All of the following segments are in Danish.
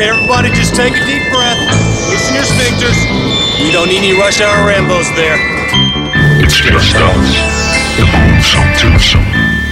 Okay, everybody just take a deep breath. Loosen your sphincters. We don't need any rush hour Rambos there. It's just us. The gruesome twosome.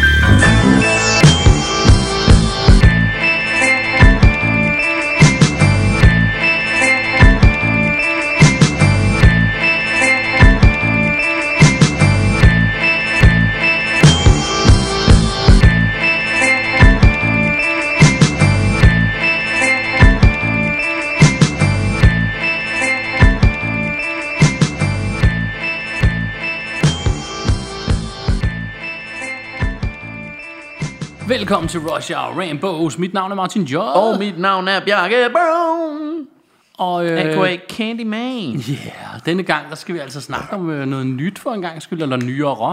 Velkommen til Rush Hour Rambos. Mit navn er Martin J. Og mit navn er Bjarke Brown. Og A.k.a. Candyman. Ja, denne gang der skal vi altså snakke om noget nyt for en gang skyld, eller nyere.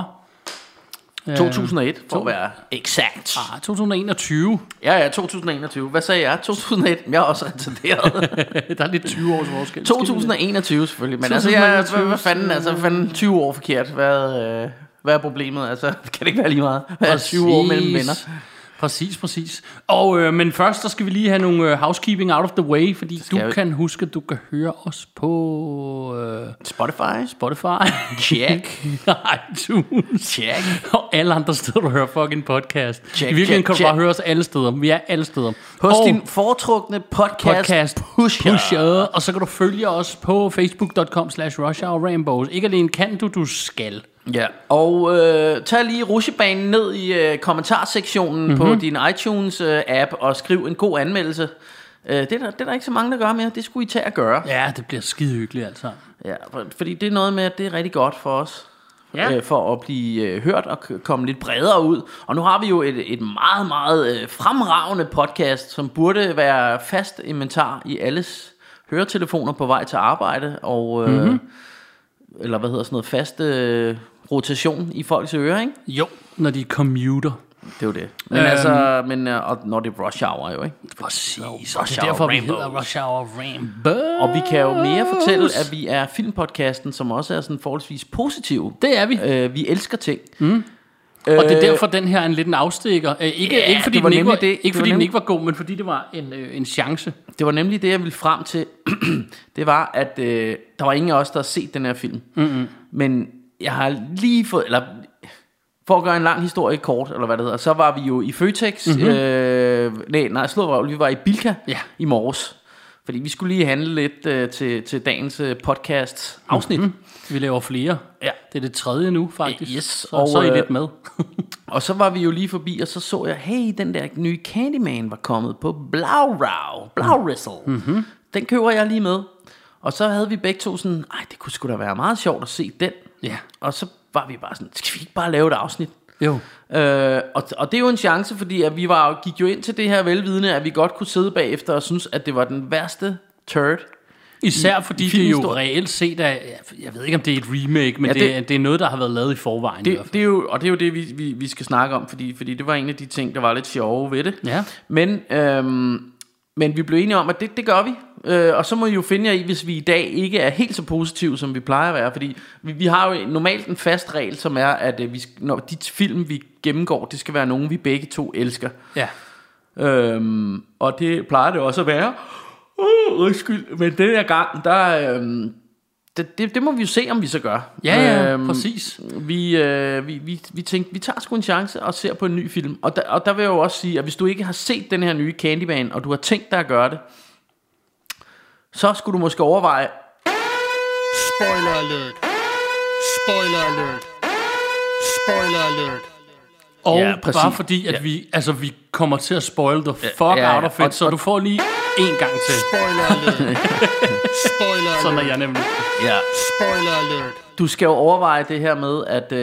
2001, for at være exakt. 2021. Ja, 2021. Hvad sagde jeg? 2001? Jeg er også retarderet. Der er lidt 20 års forskel. 2021 selvfølgelig. Men 2021, altså, hvad fanden 20 år forkert? Hvad er problemet? Altså, kan det ikke være lige meget? Hvad er 20 år mellem venner? Præcis. Og men først så skal vi lige have nogle housekeeping out of the way, fordi du kan huske, at du kan høre os på Spotify. Check. iTunes. Check. Og alle andre steder, du hører fucking podcast. I virkeligheden kan du bare høre os alle steder. Vi er alle steder. Hos din foretrukne podcast pusher. Og så kan du følge os på facebook.com/rushhourrambos. Ikke alene kan du skal. Ja, og tag lige rutsjebanen ned i kommentarsektionen på din iTunes-app og skriv en god anmeldelse. Det er der ikke så mange, der gør mere. Det skulle I tage at gøre. Ja, det bliver skide hyggeligt altså. Ja, fordi det er noget med, at det er rigtig godt for os. Ja. For at blive hørt og komme lidt bredere ud. Og nu har vi jo et meget, meget fremragende podcast, som burde være fast inventar i alles høretelefoner på vej til arbejde. Og eller hvad hedder sådan noget, fast rotation i folks ører, ikke? Jo, når de commuter. Det er jo det. Men og når det er rush hour jo, ikke? Præcis. Og det er derfor vi hedder Rush Hour Rambo. Og vi kan jo mere fortælle, at vi er filmpodcasten, som også er sådan forholdsvis positiv. Det er vi. Vi elsker ting. Og det er derfor den her er en lidt en afstikker. Ikke fordi den ikke var god, men fordi det var en chance. Det var nemlig det, jeg ville frem til. Det var, at der var ingen af os, der har set den her film. Men jeg har lige fået, eller for at gøre en lang historie kort, eller hvad det hedder, så var vi jo i Føtex. Vi var i Bilka i morges. Fordi vi skulle lige handle lidt til dagens podcast afsnit. Vi laver flere. Ja. Det er det 3. nu faktisk. Yes. Så er I lidt med. Og så var vi jo lige forbi, og så jeg, hey, den der nye Candyman var kommet på Blaurisel. Den køber jeg lige med. Og så havde vi begge to sådan, det kunne sgu da være meget sjovt at se den. Ja. Og så var vi bare sådan, skal vi ikke bare lave et afsnit? Jo. Og det er jo en chance, fordi at vi gik jo ind til det her velvidende, at vi godt kunne sidde bagefter og synes, at det var den værste turd. Især fordi det jo reelt set er, jeg ved ikke om det er et remake, men det er noget, der har været lavet i forvejen. Det er jo det, vi skal snakke om, fordi det var en af de ting, der var lidt sjove ved det. Ja. Men vi blev enige om, at det gør vi. Og så må I jo finde jer i, hvis vi i dag ikke er helt så positive, som vi plejer at være. Fordi vi har jo normalt en fast regel, som er, at når de film, vi gennemgår, det skal være nogen, vi begge to elsker. Ja. Og det plejer det også at være. Men den her gang, det må vi jo se, om vi så gør. Ja, præcis. Vi tænkte, vi tager sgu en chance og ser på en ny film. Og der vil jeg jo også sige, at hvis du ikke har set den her nye Candyman, og du har tænkt dig at gøre det, så skulle du måske overveje. Spoiler alert. Spoiler alert. Spoiler alert. Og bare fordi at vi kommer til at spoil the fuck out of it, så du får lige en gang til. Spoiler alert. Spoiler alert. Sådan er jeg nemlig. Ja. Spoiler alert. Du skal jo overveje det her med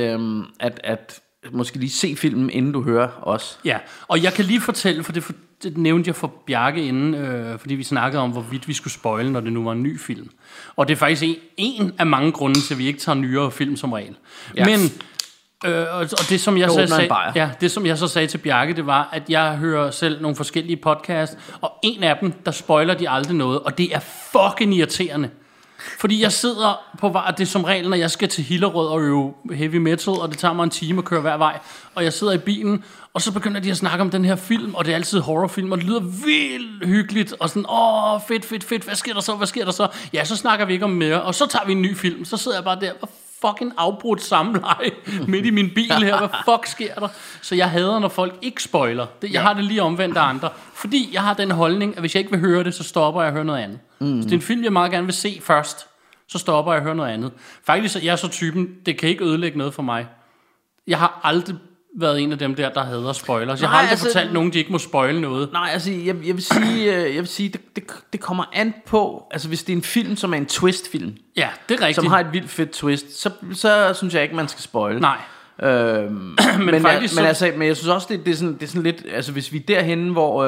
at måske lige se filmen, inden du hører os. Ja, og jeg kan lige fortælle, for det nævnte jeg for Bjarke inden, fordi vi snakkede om, hvorvidt vi skulle spoile, når det nu var en ny film. Og det er faktisk en af mange grunde til, at vi ikke tager nyere film som regel. Ja. Men og det som jeg så sagde til Bjarke, det var, at jeg hører selv nogle forskellige podcasts, og en af dem, der spoiler de aldrig noget, og det er fucking irriterende. Fordi jeg sidder på vej, det er som regel, når jeg skal til Hillerød og øve heavy metal, og det tager mig en time at køre hver vej, og jeg sidder i bilen, og så begynder de at snakke om den her film, og det er altid horrorfilm, og det lyder vildt hyggeligt, og sådan, fedt, hvad sker der så? Ja, så snakker vi ikke om mere, og så tager vi en ny film, så sidder jeg bare der, hvor fucking afbrudt samleje midt i min bil her, hvad fuck sker der? Så jeg hader, når folk ikke spoiler. Jeg har det lige omvendt af andre, fordi jeg har den holdning, at hvis jeg ikke vil høre det, så stopper jeg at høre noget andet. Hvis det er en film, jeg meget gerne vil se først, så stopper jeg at høre noget andet. Faktisk, jeg er så typen, det kan ikke ødelægge noget for mig. Jeg har aldrig været en af dem der hader spoilers. Jeg har aldrig fortalt nogen, de ikke må spoile noget. Nej, altså, jeg vil sige det kommer an på, altså hvis det er en film, som er en twist-film, ja, det er rigtigt, som har et vildt fedt twist, så synes jeg ikke, man skal spoile. Nej. Men jeg synes også, det er sådan lidt, altså hvis vi er derhenne,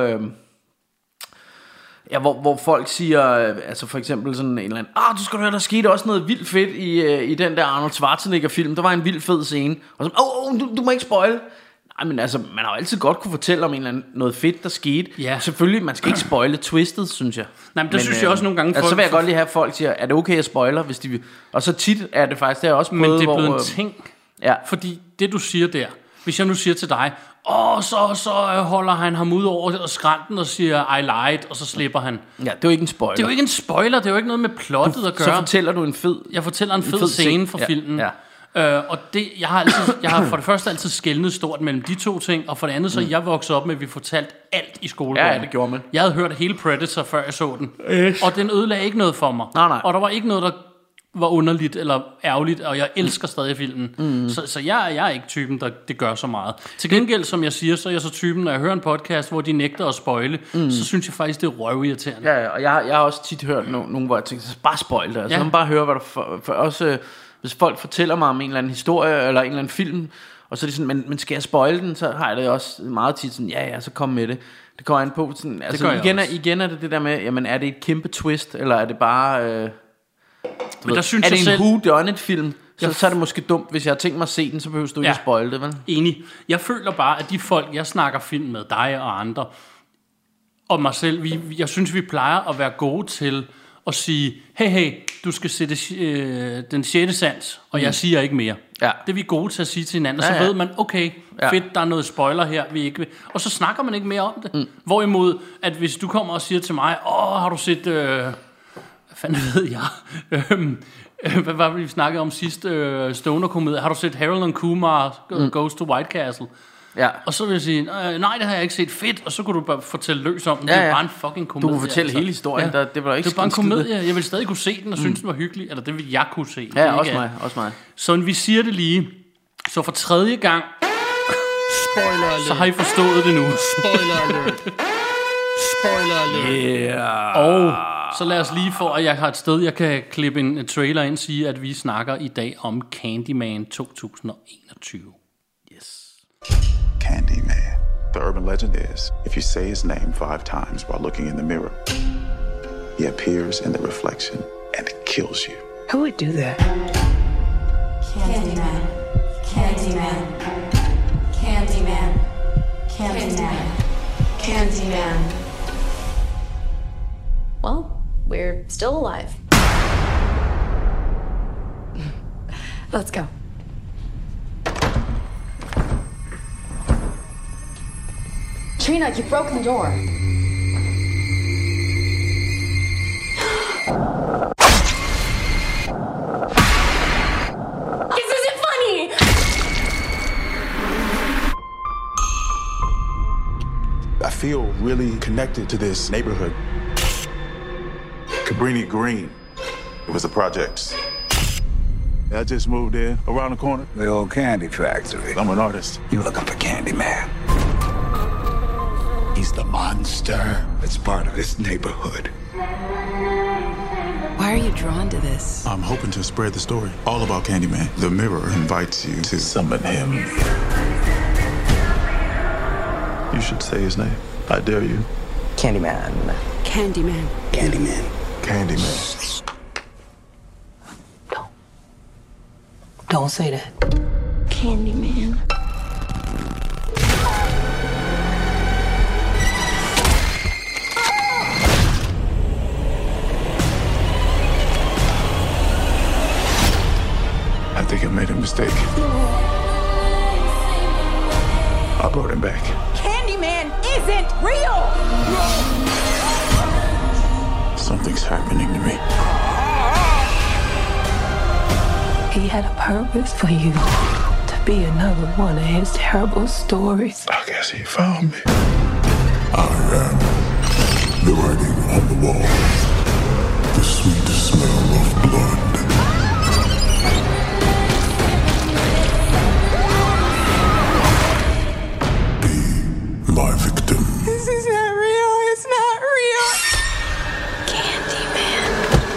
hvor folk siger, altså for eksempel sådan en eller anden, du skal høre, der skete også noget vildt fedt i den der Arnold Schwarzenegger film, der var en vild fed scene, og så, du må ikke spoil. Nej, men altså, man har jo altid godt kunne fortælle om noget fedt, der skete. Ja. Selvfølgelig, man skal ikke spoile twistet, synes jeg. Nej, men det synes jeg også nogle gange. Altså, så vil jeg godt lige have, at folk siger, er det okay, at spoiler, hvis de vil. Og så tit er det faktisk, det er også prøvet, men det er blevet en ting. Ja. Fordi det, du siger der, hvis jeg nu siger til dig, så holder han ham ud over skrænten og siger, I lied, og så slipper han. Ja, det er jo ikke en spoiler. Det er jo ikke en spoiler, det er jo ikke noget med plottet at gøre. Så fortæller du en fed... Jeg fortæller en fed scene fra filmen. Ja. Og det, jeg har for det første altid skelnet stort mellem de to ting, og for det andet så jeg vokset op med, at vi fortalte alt i skolegården. Ja, det gjorde man. Jeg havde hørt hele Predator, før jeg så den. Og den ødelagde ikke noget for mig. Nej. Og der var ikke noget, der var underligt eller ærgerligt, og jeg elsker stadig filmen. Så jeg er ikke typen, der det gør så meget. Til gengæld, som jeg siger, så er jeg så typen, når jeg hører en podcast, hvor de nægter at spoile, så synes jeg faktisk, det er røvirriterende. Ja, og jeg har også tit hørt nogen, hvor jeg tænker, bare spoil det. Altså, man bare høre, hvad der også... Hvis folk fortæller mig om en eller anden historie eller en eller anden film, og så er det sådan, men skal jeg spoile den, så har jeg det også meget tit sådan, ja, så kom med det. Det kommer an på sådan, altså igen er det der med, jamen er det et kæmpe twist, eller er det bare men der synes er det en whodunit film, så er det måske dumt. Hvis jeg har tænkt mig at se den, så behøver du ikke at spoile det, vel? Enig. Jeg føler bare, at de folk, jeg snakker film med, dig og andre, og mig selv, jeg synes vi plejer at være gode til at sige, hey, du skal se den 6. sans, og jeg siger ikke mere. Ja. Det er vi gode til at sige til hinanden, og så ved man, okay, fedt, der er noget spoiler her, vi ikke vil. Og så snakker man ikke mere om det. Hvorimod, at hvis du kommer og siger til mig, har du set, hvad fanden ved jeg, hvad var det, vi snakkede om sidst, Stoner-komedie, har du set Harold and Kumar Goes to White Castle? Ja. Og så vil jeg sige, nej, det har jeg ikke set, fedt. Og så kunne du bare fortælle løs om den. Det er bare en fucking komedie. Du kunne fortælle hele historien. Ja. Det var ikke. Det var bare en komedie. Jeg vil stadig kunne se den og synes den var hyggelig. Eller det vil jeg kunne se. Ja, også mig. Så vi siger det lige. Så for 3. gang, Spoiler alert. Så har I forstået det nu. Spoiler alert. Spoiler alert. Yeah. Og så lad os lige for, at jeg har et sted, jeg kan klippe en trailer ind, sige, at vi snakker i dag om Candyman 2021. Candyman. The urban legend is, if you say his name 5 times while looking in the mirror, he appears in the reflection and kills you. Who would do that? Candyman. Candyman. Candyman. Candyman. Candyman. Well, we're still alive. Let's go. Trina, you broke the door. This isn't funny! I feel really connected to this neighborhood. Cabrini Green. It was the projects. I just moved in around the corner. The old candy factory. I'm an artist. You looking for Candyman? He's the monster. It's part of this neighborhood. Why are you drawn to this? I'm hoping to spread the story all about Candyman. The mirror invites you to summon him. You should say his name. I dare you. Candyman. Candyman. Candyman. Candyman. Don't say that. Candyman. think I made a mistake. I brought him back. Candyman isn't real! Something's happening to me. He had a purpose for you. To be another one of his terrible stories. I guess he found me. I am the writing on the wall. The sweet smell of blood. Be my victim. This is not real. It's not real. Candyman.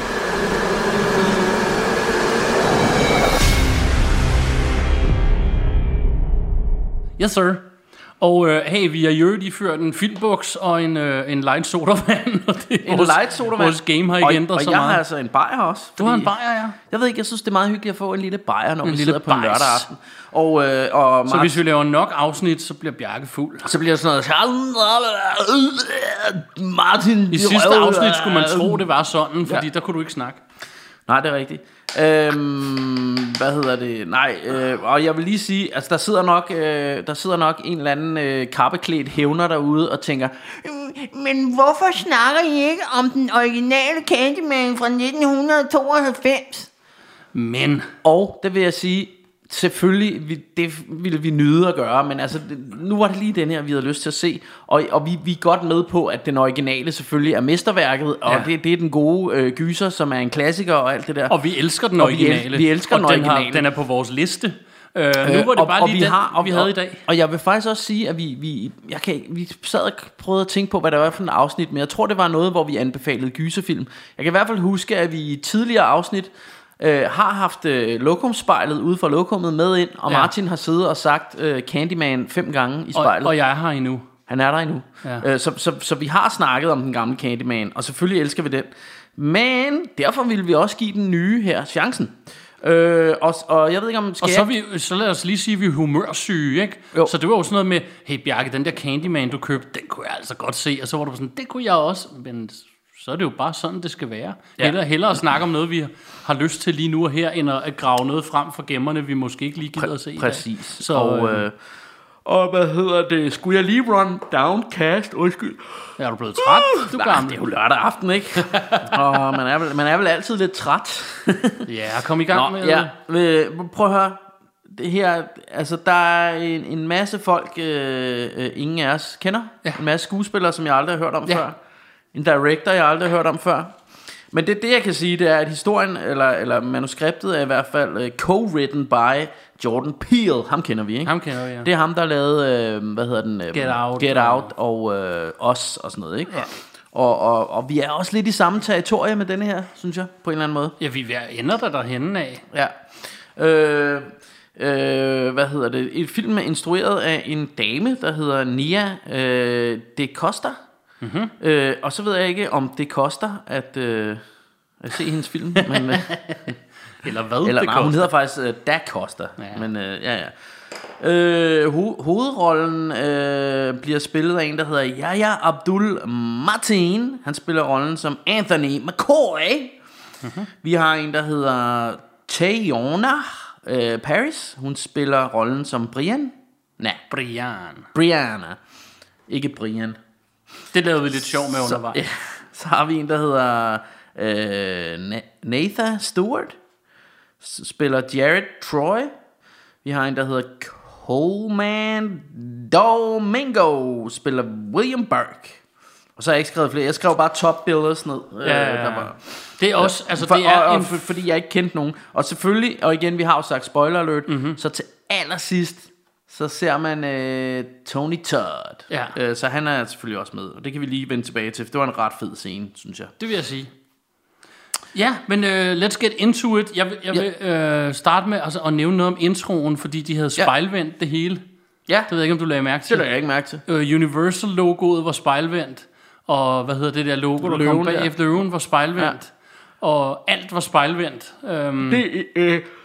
Yes, sir. Og hey, vi har jo lige ført en filmboks og en light sodavand. Og det En light sodavand. Vores game har ikke ændret så og jeg meget. har altså en bajer også. Du har en bajer, ja. Jeg ved ikke, jeg synes det er meget hyggeligt at få en lille bajer, når vi lille sidder på en bajs. lørdag aften. Og Så hvis vi laver nok afsnit, så bliver Bjarke fuld. så bliver det sådan noget Martin. I sidste afsnit skulle man tro, det var sådan, fordi der kunne du ikke snakke. Nej, det er rigtigt. Hvad hedder det? Nej, og jeg vil lige sige, altså der sidder nok en eller anden kappeklædt hævner derude og tænker, men hvorfor snakker I ikke om den originale Candyman fra 1992? Men Og det vil jeg sige, selvfølgelig, det ville vi nyde at gøre, men altså, nu var det lige den her, vi havde lyst til at se, og vi er godt med på, at den originale selvfølgelig er mesterværket, og det er den gode gyser, som er en klassiker og alt det der. Og vi elsker den Og originale. vi elsker den originale. Den er på vores liste. Nu var det bare lige vi havde i dag. Og jeg vil faktisk også sige, at vi sad og prøvede at tænke på, hvad der var for en afsnit, men jeg tror, det var noget, hvor vi anbefalede gyserfilm. Jeg kan i hvert fald huske, at vi i tidligere afsnit har haft lokumspejlet ude fra lokummet med ind, og Martin har siddet og sagt Candyman 5 gange i spejlet. Og jeg er her endnu. Han er der endnu. Ja. Så vi har snakket om den gamle Candyman, og selvfølgelig elsker vi den. Men derfor vil vi også give den nye her chancen. Og jeg ved ikke om så lad os lige sige, at vi er humørsyge, ikke? Jo. Så det var jo sådan noget med, hey Bjarke, den der Candyman du købte, den kunne jeg altså godt se. Og så var du sådan, det kunne jeg også. Men så er det jo bare sådan, det skal være. Hellere at snakke om noget, vi har lyst til lige nu og her, end at grave noget frem fra gemmerne, vi måske ikke lige gider at se. Præcis. Så, og hvad hedder det? Skulle jeg lige run Downcast? Undskyld. Er du blevet træt? Du Nej, det er jo lørdag aften, ikke? Og man er vel altid lidt træt. Ja, kom i gang med det. Prøv at høre. Det her, altså der er en masse folk, ingen af os kender. Ja. En masse skuespillere, som jeg aldrig har hørt om før. En director, jeg aldrig har hørt om før. Men det jeg kan sige, det er, at historien, eller manuskriptet er i hvert fald co-written by Jordan Peele. Ham kender vi, ikke? Ham kender vi, ja. Det er ham, der lavede, hvad hedder den? Get Out og Us og sådan noget, ikke? Ja. Og vi er også lidt i samme territorie med denne her, synes jeg, på en eller anden måde. Ja, vi ender der derhenne af. Ja. Hvad hedder det? Et film er instrueret af en dame, der hedder Nia DaCosta. Mm-hmm. Og så ved jeg ikke, om det koster at se hendes film. Men, eller hvad eller, det koster. Hun hedder faktisk DaCosta. Ja. Men hovedrollen bliver spillet af en, der hedder Yahya Abdul-Mateen. Han spiller rollen som Anthony McCoy. Mm-hmm. Vi har en, der hedder Teyona Paris. Hun spiller rollen som Brian. Nej, Brianna. Ikke Brian. Det lavede vi lidt sjov med undervejs. Så har vi en, der hedder Nathan Stewart, spiller Jared Troy. Vi har en, der hedder Coleman Domingo, spiller William Burke. Og så har jeg ikke skrevet flere. Jeg skrev bare top billers ned. Det er også, altså det er fordi jeg ikke kendte nogen. Og selvfølgelig, og igen, vi har jo sagt spoiler alert. Mm-hmm. Så til allersidst så ser man Tony Todd. Ja. Så han er selvfølgelig også med. Og det kan vi lige vende tilbage til, for det var en ret fed scene, synes jeg. Det vil jeg sige. Ja, men let's get into it. Jeg vil starte med at nævne noget om introen, fordi de havde spejlvendt det hele. Ja. Det ved jeg ikke, om du lagde mærke til. Det lagde jeg ikke mærke til. Universal-logoet var spejlvendt. Og hvad hedder det der logo, der kom bagefter? Løven var spejlvendt. Ja. Og alt var spejlvendt.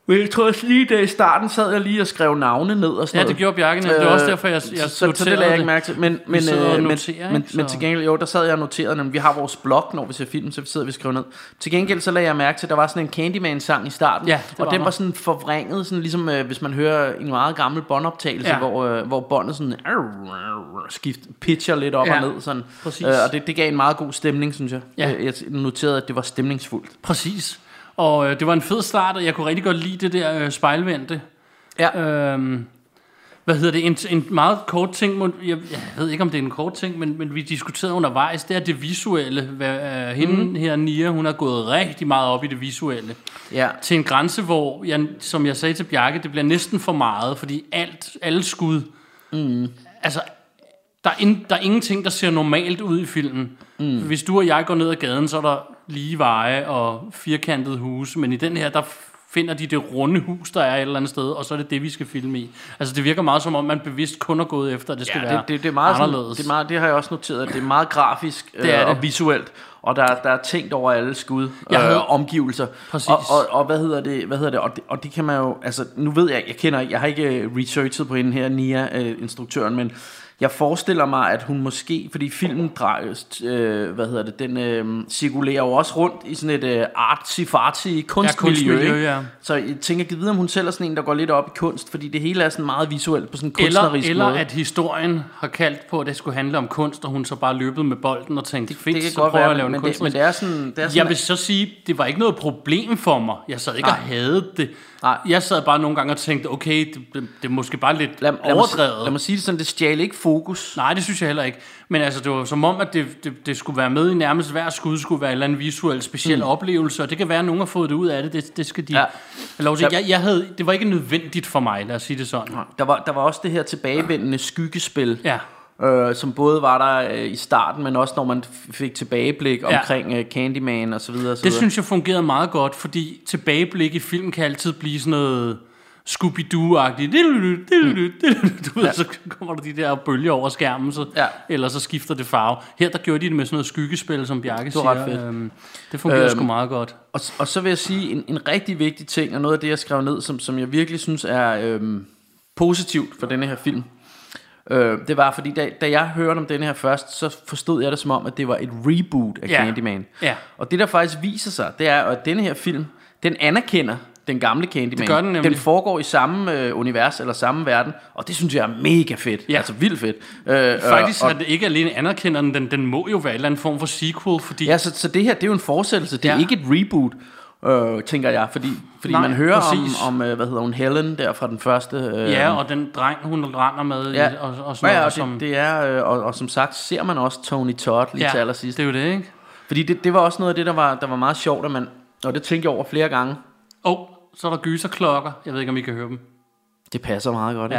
Men jeg tror også lige, da i starten sad jeg lige og skrev navne ned og sådan noget. Ja, det gjorde Bjarke. Det var også derfor, jeg så det lagde jeg ikke mærke til. Men til gengæld, jo, der sad jeg og noterede, når vi har vores blog, når vi ser film, så sidder vi og skriver ned. Til gengæld, så lagde jeg mærke til, at der var sådan en Candyman-sang i starten. Ja, og den var sådan forvrænget, sådan ligesom hvis man hører en meget gammel båndoptagelse, hvor båndet sådan pitcher lidt op og ned. Sådan. Og det gav en meget god stemning, synes jeg. Jeg noterede, at det var stemningsfuldt. Præcis. Og det var en fed start, og jeg kunne rigtig godt lide det der spejlvendte. Ja. Hvad hedder det? En meget kort ting, jeg ved ikke om det er en kort ting, men vi diskuterede undervejs, det er det visuelle. Hende her, Nia, hun har gået rigtig meget op i det visuelle. Ja. Til en grænse, hvor, som jeg sagde til Bjarke, det bliver næsten for meget, fordi alle skud, altså, der er ingenting, der ser normalt ud i filmen. Hvis du og jeg går ned ad gaden, så er der lige veje og firkantede huse, men i den her, der finder de det runde hus, der er et eller andet sted, og så er det vi skal filme i. Altså det virker meget som om, man bevidst kun er gået efter, at det skal være det er meget anderledes. Sådan, det har jeg også noteret, at det er meget grafisk og visuelt, og der er tænkt over alle skud og omgivelser. Præcis. Og hvad hedder det? Og det kan man jo, altså nu ved jeg har ikke researchet på hende her, Nia, instruktøren, men jeg forestiller mig, at hun måske, fordi filmen den cirkulerer jo også rundt i sådan et artsy-fartsy kunstmiljø. Ja. Så jeg tænker, giv vide, om hun selv er sådan en, der går lidt op i kunst, fordi det hele er sådan meget visuelt på sådan en kunstnerisk eller måde. Eller at historien har kaldt på, at det skulle handle om kunst, og hun så bare løbet med bolden og tænkte, fedt, så prøver jeg at lave en kunst. Men det er sådan... Jeg vil så sige, det var ikke noget problem for mig. Jeg sad ikke og havde det. Nej. Jeg sad bare nogle gange og tænkte, okay, det er måske bare lidt overdrevet. Lad mig sige det sådan, det stjal ikke fokus. Nej, det synes jeg heller ikke. Men altså, det var som om, at det skulle være med i nærmest hver skud, skulle være en eller anden visuel speciel oplevelse, og det kan være, at nogen har fået det ud af det. Det skal de have lov til. Det var ikke nødvendigt for mig, lad os sige det sådan. Der var også det her tilbagevendende skyggespil. Ja. Som både var der i starten, men også når man fik tilbageblik omkring Candyman og så videre. Det synes jeg fungerede meget godt, fordi tilbageblik i film kan altid blive sådan noget Scooby-Doo-agtigt. Du ved, så kommer der de der bølger over skærmen, eller så skifter det farve. Her der gjorde de det med sådan noget skyggespil, som Bjarke siger. Det fungerede sgu meget godt. Og så vil jeg sige en rigtig vigtig ting, og noget af det jeg skrev ned, som jeg virkelig synes er positivt for denne her film. Det var fordi da jeg hørte om denne her først, så forstod jeg det som om, at det var et reboot af Candyman. Og det der faktisk viser sig, det er at denne her film, den anerkender den gamle Candyman. Den foregår i samme univers eller samme verden, og det synes jeg er mega fedt. Altså vildt fedt. Faktisk er det ikke alene anerkender den må jo være en eller anden form for sequel, fordi så det her, det er jo en fortsættelse. Det er ikke et reboot. Tænker jeg, fordi man hører om hvad hedder hun, Helen der fra den første. Og den dreng hun render med og sådan noget, som det er og som sagt ser man også Tony Todd lige til allersidst. Det er jo det, ikke? Fordi det var også noget af det der var meget sjovt, og det tænkte jeg over flere gange. Så er der gyserklokker. Jeg ved ikke om I kan høre dem. Det passer meget godt.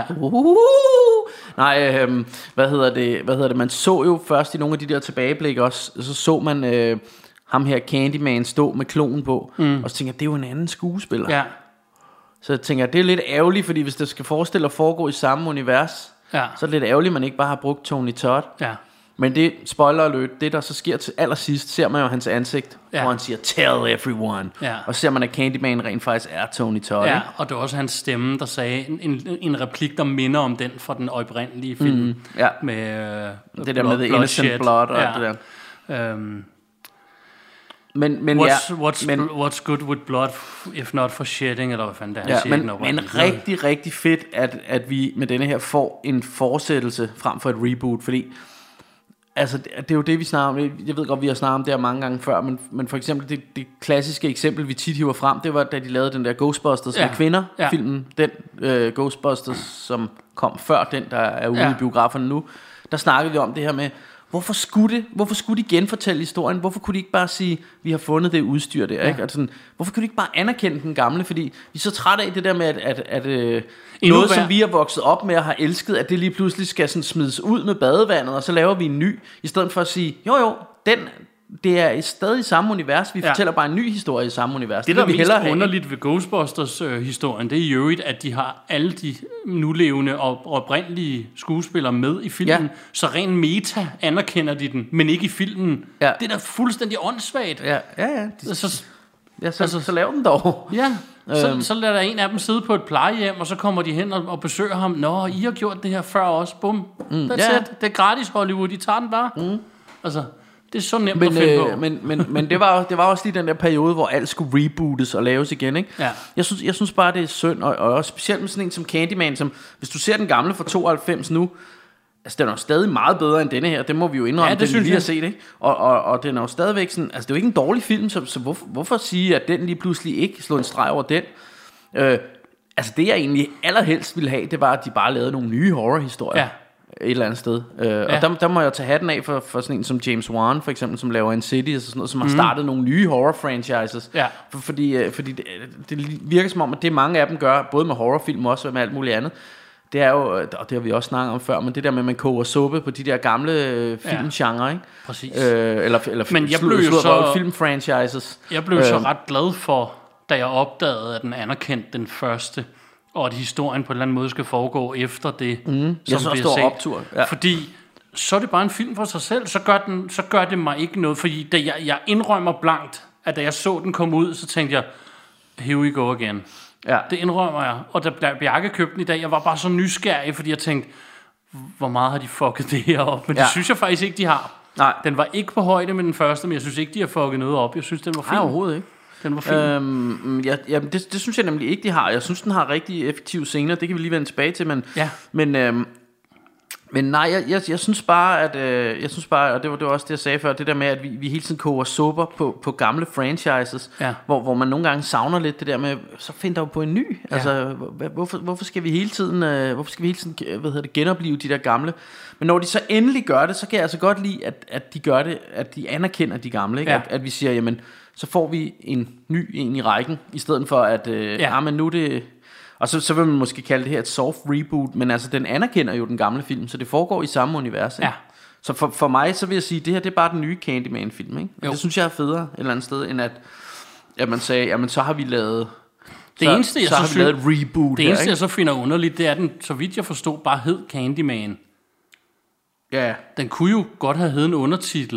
Nej, hvad hedder det? Man så jo først i nogle af de der tilbageblik også, så man ham her Candyman stå med klonen på, og så tænker jeg, det er jo en anden skuespiller. Så jeg tænker, det er lidt ærgerligt, fordi hvis det skal forestille at foregå i samme univers, så er det lidt ærgerligt, at man ikke bare har brugt Tony Todd. Men det, spoiler alert, det der så sker til allersidst, ser man jo hans ansigt, hvor han siger, tell everyone. Og så ser man, at Candyman rent faktisk er Tony Todd. Og det var også hans stemme, der sagde en replik, der minder om den fra den oprindelige film. Med det der med The Innocent Blood og det der. Men what's good with blood if not for shedding, eller hvad fanden det er, han siger. Men rigtig, rigtig fedt, at vi med denne her får en fortsættelse frem for et reboot, fordi altså, det er jo det, vi snakker om. Jeg ved godt, vi har snakket om det her mange gange før, men for eksempel det klassiske eksempel, vi tit hiver frem, det var, da de lavede den der Ghostbusters med kvinder-filmen. Den Ghostbusters, som kom før den, der er ude i biograferne nu. Der snakkede vi om det her med, hvorfor skulle de genfortælle historien? Hvorfor kunne de ikke bare sige, vi har fundet det udstyr der, ikke? Altså, hvorfor kunne de ikke bare anerkende den gamle? Fordi vi er så trætte af det der med, at noget, som vi har vokset op med og har elsket, at det lige pludselig skal sådan smides ud med badevandet, og så laver vi en ny, i stedet for at sige, jo, det er stadig i samme univers. Vi fortæller bare en ny historie i samme univers. Det der er mest underligt ved Ghostbusters historien, det er jo at de har alle de nulevende og oprindelige skuespillere med i filmen, så ren meta anerkender de den, men ikke i filmen. Det er da fuldstændig åndssvagt. Så lav den dog. Så lader der en af dem sidde på et plejehjem, og så kommer de hen og besøger ham. Nå, I har gjort det her før også. Bum. That's it. Det er gratis Hollywood. I tager den bare. Altså, det er så nemt at finde på. Men det var også lige den der periode, hvor alt skulle rebootes og laves igen, ikke? Ja. Jeg synes bare, det er synd, og specielt med sådan en som Candyman, som, hvis du ser den gamle fra 92 nu, altså den er jo stadig meget bedre end denne her. Det må vi jo indrømme, den vi lige har set, ikke? Og den er jo stadigvæk sådan, altså det er jo ikke en dårlig film, så hvorfor sige, at den lige pludselig ikke slår en streg over den? Altså det jeg egentlig allerhelst ville have, det var, at de bare lavede nogle nye horrorhistorier. Ja. Et eller andet sted. Og der må jeg tage hatten af for sådan en som James Wan, for eksempel, som laver Insidious og sådan noget, som har startet nogle nye horror-franchises. Ja. Fordi det virker som om, at det mange af dem gør, både med horrorfilm og også med alt muligt andet, det er jo, og det har vi også snakket om før, men det der med, at man koger suppe på de der gamle filmgenre, ikke? Præcis. Eller men jeg blev jo så filmfranchises. Jeg blev så ret glad for, da jeg opdagede, at den anerkendte den første, og at historien på en eller anden måde skal foregå efter det, som vi har set. Optur. Ja. Fordi så er det bare en film for sig selv, så gør det mig ikke noget, fordi da jeg indrømmer blankt, at da jeg så den komme ud, så tænkte jeg, here we go again. Ja. Det indrømmer jeg. Og da Bjarke købte den i dag, jeg var bare så nysgerrig, fordi jeg tænkte, hvor meget har de fucket det her op? Men det synes jeg faktisk ikke, de har. Nej. Den var ikke på højde med den første, men jeg synes ikke, de har fucket noget op. Jeg synes, den var fin. Nej, overhovedet ikke. Den var fin. Det synes jeg nemlig ikke, de har. Jeg synes, den har rigtig effektive scener. Det kan vi lige vende tilbage til, men nej, jeg synes bare, og det var også det, jeg sagde før, det der med, at vi hele tiden koger supper på gamle franchises, hvor man nogle gange savner lidt det der med, så find dig på en ny. Ja. Altså, hvorfor skal vi hele tiden, genopleve de der gamle? Men når de så endelig gør det, så kan jeg altså godt lide, at de gør det, at de anerkender de gamle, ikke? Ja. At vi siger, jamen, så får vi en ny en i rækken, i stedet for at, men nu er det... Og så vil man måske kalde det her et soft reboot, men altså den anerkender jo den gamle film, så det foregår i samme univers. Ikke? Ja. Så for mig, så vil jeg sige, det her det er bare den nye Candyman-film. Ikke? Det synes jeg er federe et eller andet sted, end at man sagde, jamen så har vi lavet... Det eneste, jeg så lavet et reboot. Det eneste, jeg så finder underligt, det er, den, så vidt jeg forstod, bare hed Candyman. Ja. Den kunne jo godt have heddet en undertitel.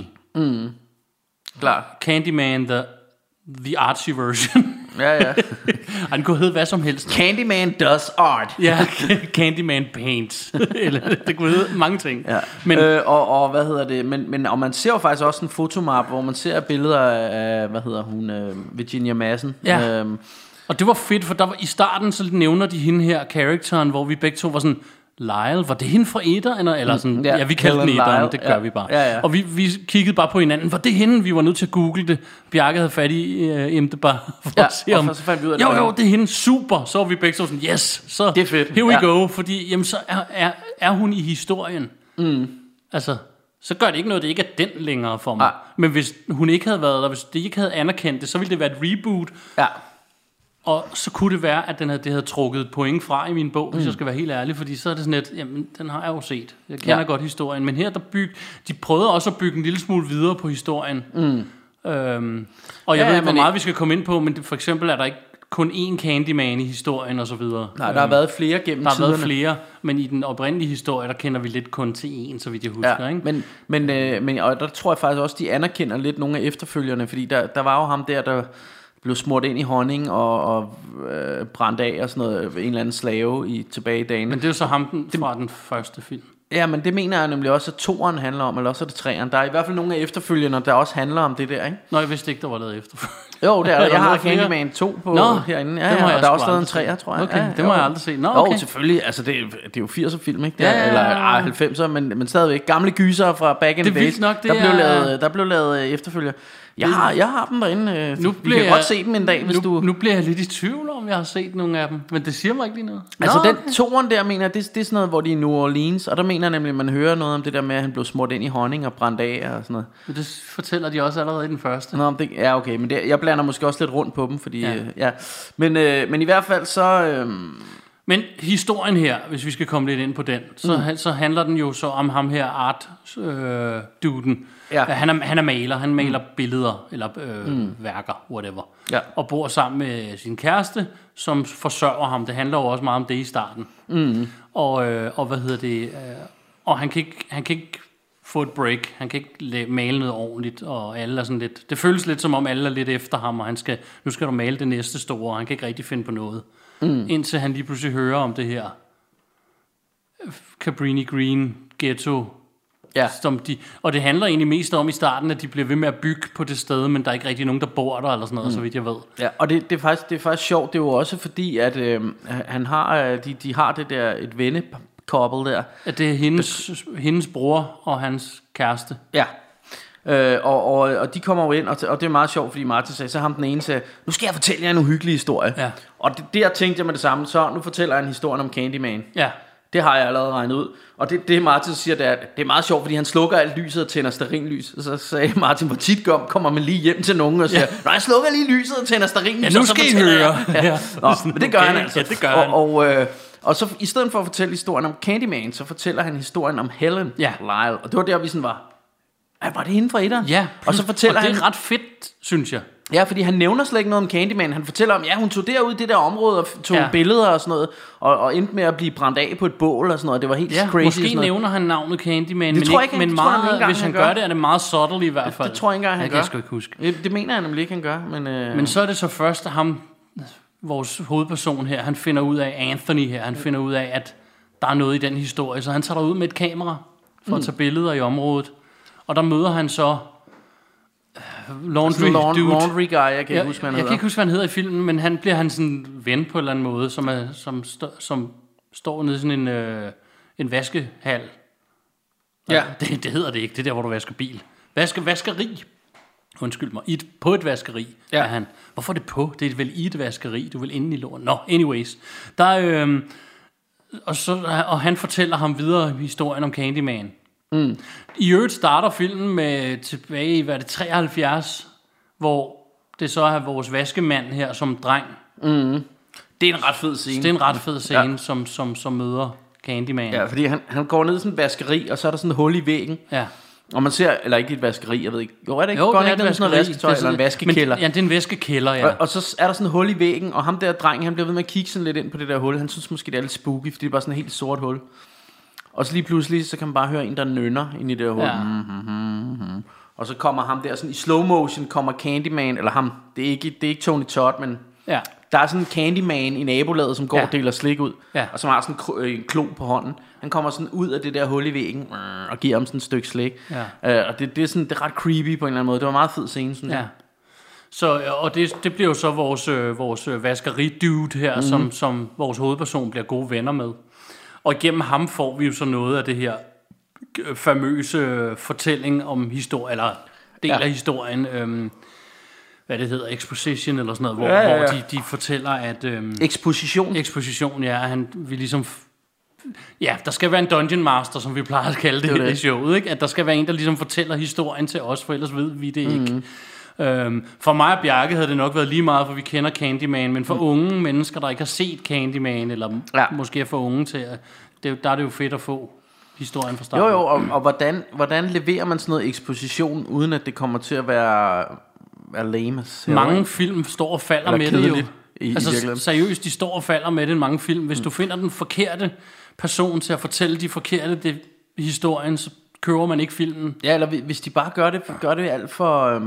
Klar. Candyman, the artsy version. Ja. Han kunne hedde hvad som helst. Candyman does art. Ja, Candyman paints. Eller det kunne hedde mange ting. Ja. Men og hvad hedder det? Men og man ser jo faktisk også en fotomap, hvor man ser billeder af Virginia Madsen. Ja. Og det var fedt, for der var i starten så nævner de hende her characteren, hvor vi begge to var sådan, Lyle, var det hende fra etteren? Eller sådan, ja, vi kaldte den etteren, det gør vi bare. Ja. Og vi kiggede bare på hinanden, var det hende? Vi var nødt til at google det. Bjarke havde fat i Imte bare for at se om. Jo, det er hende, super. Så var vi begge sådan, yes, så det er fedt. Here we go. Fordi jamen, så er hun i historien. Altså, så gør det ikke noget, det ikke er den længere for mig. Men hvis hun ikke havde været der, hvis det ikke havde anerkendt det, så ville det være et reboot. Ja. Og så kunne det være, at det havde trukket point fra i min bog, hvis jeg skal være helt ærlig, fordi så er det sådan lidt, jamen, den har jeg jo set. Jeg kender godt historien, men her de prøvede også at bygge en lille smule videre på historien. Og jeg ved ikke, hvor meget vi skal komme ind på, men for eksempel er der ikke kun én Candyman i historien og så videre. Nej, der har været flere gennem tiderne. Der har været flere, men i den oprindelige historie, der kender vi lidt kun til én, så vidt jeg husker. Ikke? Men og der tror jeg faktisk også, de anerkender lidt nogle af efterfølgerne, fordi der var jo ham der blev smurt ind i honning og brændt af og sådan noget, en eller anden slave tilbage i dagen. Men det er jo så ham fra den første film. Ja, men det mener jeg nemlig også, at toeren handler om, eller også er det treeren. Der er i hvert fald nogle af efterfølgerne, der også handler om det der, ikke? Nå, jeg vidste ikke, der var lavet efterfølgende. Jo, det er der. Jeg har Candyman 2 på herinde. Ja, og der er også lavet en treer, tror jeg. Okay, det må jeg aldrig se. Nå, okay. Jo, selvfølgelig. Altså, det er jo 80'er film, ikke? Eller 90'er, men stadigvæk. Gamle gyser fra back in the days. Nok, der blev lavet efterfølger. Jeg har dem derinde. Vi kan godt se dem en dag, hvis du... Nu bliver jeg lidt i tvivl om, jeg har set nogle af dem. Men det siger mig ikke lige noget. Altså den toren der, mener jeg, det er sådan noget, hvor de er i New Orleans. Og der mener jeg nemlig, at man hører noget om det der med, at han blev smurt ind i honning og brændt af og sådan noget. Men det fortæller de også allerede i den første. Nå, ja, okay. Men jeg blander måske også lidt rundt på dem, fordi... Ja. Men i hvert fald så... Men historien her, hvis vi skal komme lidt ind på den, så handler den jo så om ham her, art-duden. Han er maler, han maler billeder, eller værker, whatever. Ja. Og bor sammen med sin kæreste, som forsørger ham. Det handler jo også meget om det i starten. Og hvad hedder det? Og han kan ikke få et break. Han kan ikke male noget ordentligt, og alle er sådan lidt... Det føles lidt som om alle er lidt efter ham, og nu skal du male det næste store, og han kan ikke rigtig finde på noget. Indtil han lige pludselig hører om det her Cabrini Green Ghetto. Ja. Og det handler egentlig mest om i starten, at de bliver ved med at bygge på det sted, men der er ikke rigtig nogen, der bor der, eller sådan noget, så vidt jeg ved. Ja, og det er faktisk sjovt. Det er jo også fordi, at han har, de har det der, et vennekobbel der. At det er hendes bror og hans kæreste. Ja. Og de kommer jo ind, og det er meget sjovt, fordi Martin sagde, så ham den ene sagde, nu skal jeg fortælle jer en uhyggelig historie. Ja. Og der tænkte jeg med det samme, så nu fortæller jeg en historie om Candyman. Ja. Det har jeg allerede regnet ud. Og det Martin siger, det er meget sjovt, fordi han slukker alt lyset og tænder stearinlys. Og så sagde Martin, hvor tit kommer man lige hjem til nogen og siger, nej, jeg slukker lige lyset og tænder stearinlys. Ja, nu skal I høre. Ja. Nå, men det gør han altså. Ja, det gør han. Og så i stedet for at fortælle historien om Candyman, så fortæller han historien om Helen Lyle. Og det var der, vi sådan var det hende fra etteren? Ja, og så fortæller det er ret fedt, synes jeg. Ja, fordi han nævner slet ikke noget om Candyman. Han fortæller om, hun tog derud i det der område og tog billeder og sådan noget, og endte med at blive brændt af på et bål og sådan noget. Det var helt crazy. Måske nævner han navnet Candyman, men meget, hvis han gør det, er det meget subtle i hvert fald. Det tror jeg ikke engang, han gør. Det skal jeg ikke huske. Det mener jeg nemlig ikke, han gør. Men så er det så først, at vores hovedperson her, han finder ud af, Anthony her, han finder ud af, at der er noget i den historie, så han tager ud med et kamera for at tage billeder i området. Og der møder han så Laundry Guy, jeg kan ikke huske, hvad han hedder. Jeg kan ikke huske, hvad han hedder i filmen, men han bliver han sådan ven på en eller anden måde, som står nede i sådan en vaskehal. Ja. Det hedder det ikke, det er der, hvor du vasker bil. Vaskeri. Undskyld mig. På et vaskeri er han. Hvorfor er det på? Det er vel i et vaskeri, du vil inde i lort. Nå, anyways. Og han fortæller ham videre historien om Candyman. I øvrigt starter filmen med tilbage i 73, hvor det så er vores vaskemand her som dreng. Det er en ret fed scene. Det er en ret fed scene, som møder Candyman. Ja, fordi han går ned i sådan et vaskeri, og så er der sådan et hul i væggen. Ja. Og man ser, eller ikke et vaskeri, jeg ved ikke. Jo, er det ikke? Jo, det er et vasketøj eller en vaskekælder. Ja, det er en vaskekælder, ja. Og så er der sådan et hul i væggen, og ham der dreng, han bliver ved med at kigge sådan lidt ind på det der hul. Han synes måske, det er lidt spooky, fordi det er bare sådan et helt sort hul. Og så lige pludselig, så kan man bare høre en, der nynner ind i det her hul. Ja. Og så kommer ham der, sådan i slow motion, kommer Candyman, eller ham, det er ikke Tony Todd, men der er sådan en Candyman i nabolaget, som går og deler slik ud, og som har sådan en klo på hånden. Han kommer sådan ud af det der hul i væggen, og giver ham sådan et stykke slik. Og det er sådan, det er ret creepy på en eller anden måde. Det var en meget fed scene, synes jeg. Så, og det bliver jo så vores vaskeri-dude her, som vores hovedperson bliver gode venner med. Og igennem ham får vi jo så noget af det her famøse fortælling om historie, eller del af historien, hvad det hedder, exposition eller sådan noget, hvor de fortæller, at... Exposition, ja, vi ligesom... Ja, der skal være en dungeon master, som vi plejer at kalde det i showet, ikke? At der skal være en, der ligesom fortæller historien til os, for ellers ved vi det ikke. For mig og Bjarke havde det nok været lige meget, for vi kender Candyman, men for unge mennesker, der ikke har set Candyman, eller måske er for unge til, der er det jo fedt at få historien fra starten. Jo, og hvordan leverer man sådan noget eksposition, uden at det kommer til at være lame? Mange film står og falder eller med det jo. Altså seriøst, de står og falder med det i mange film. Hvis du finder den forkerte person til at fortælle de forkerte historien, så kører man ikke filmen. Ja, eller hvis de bare gør det alt for...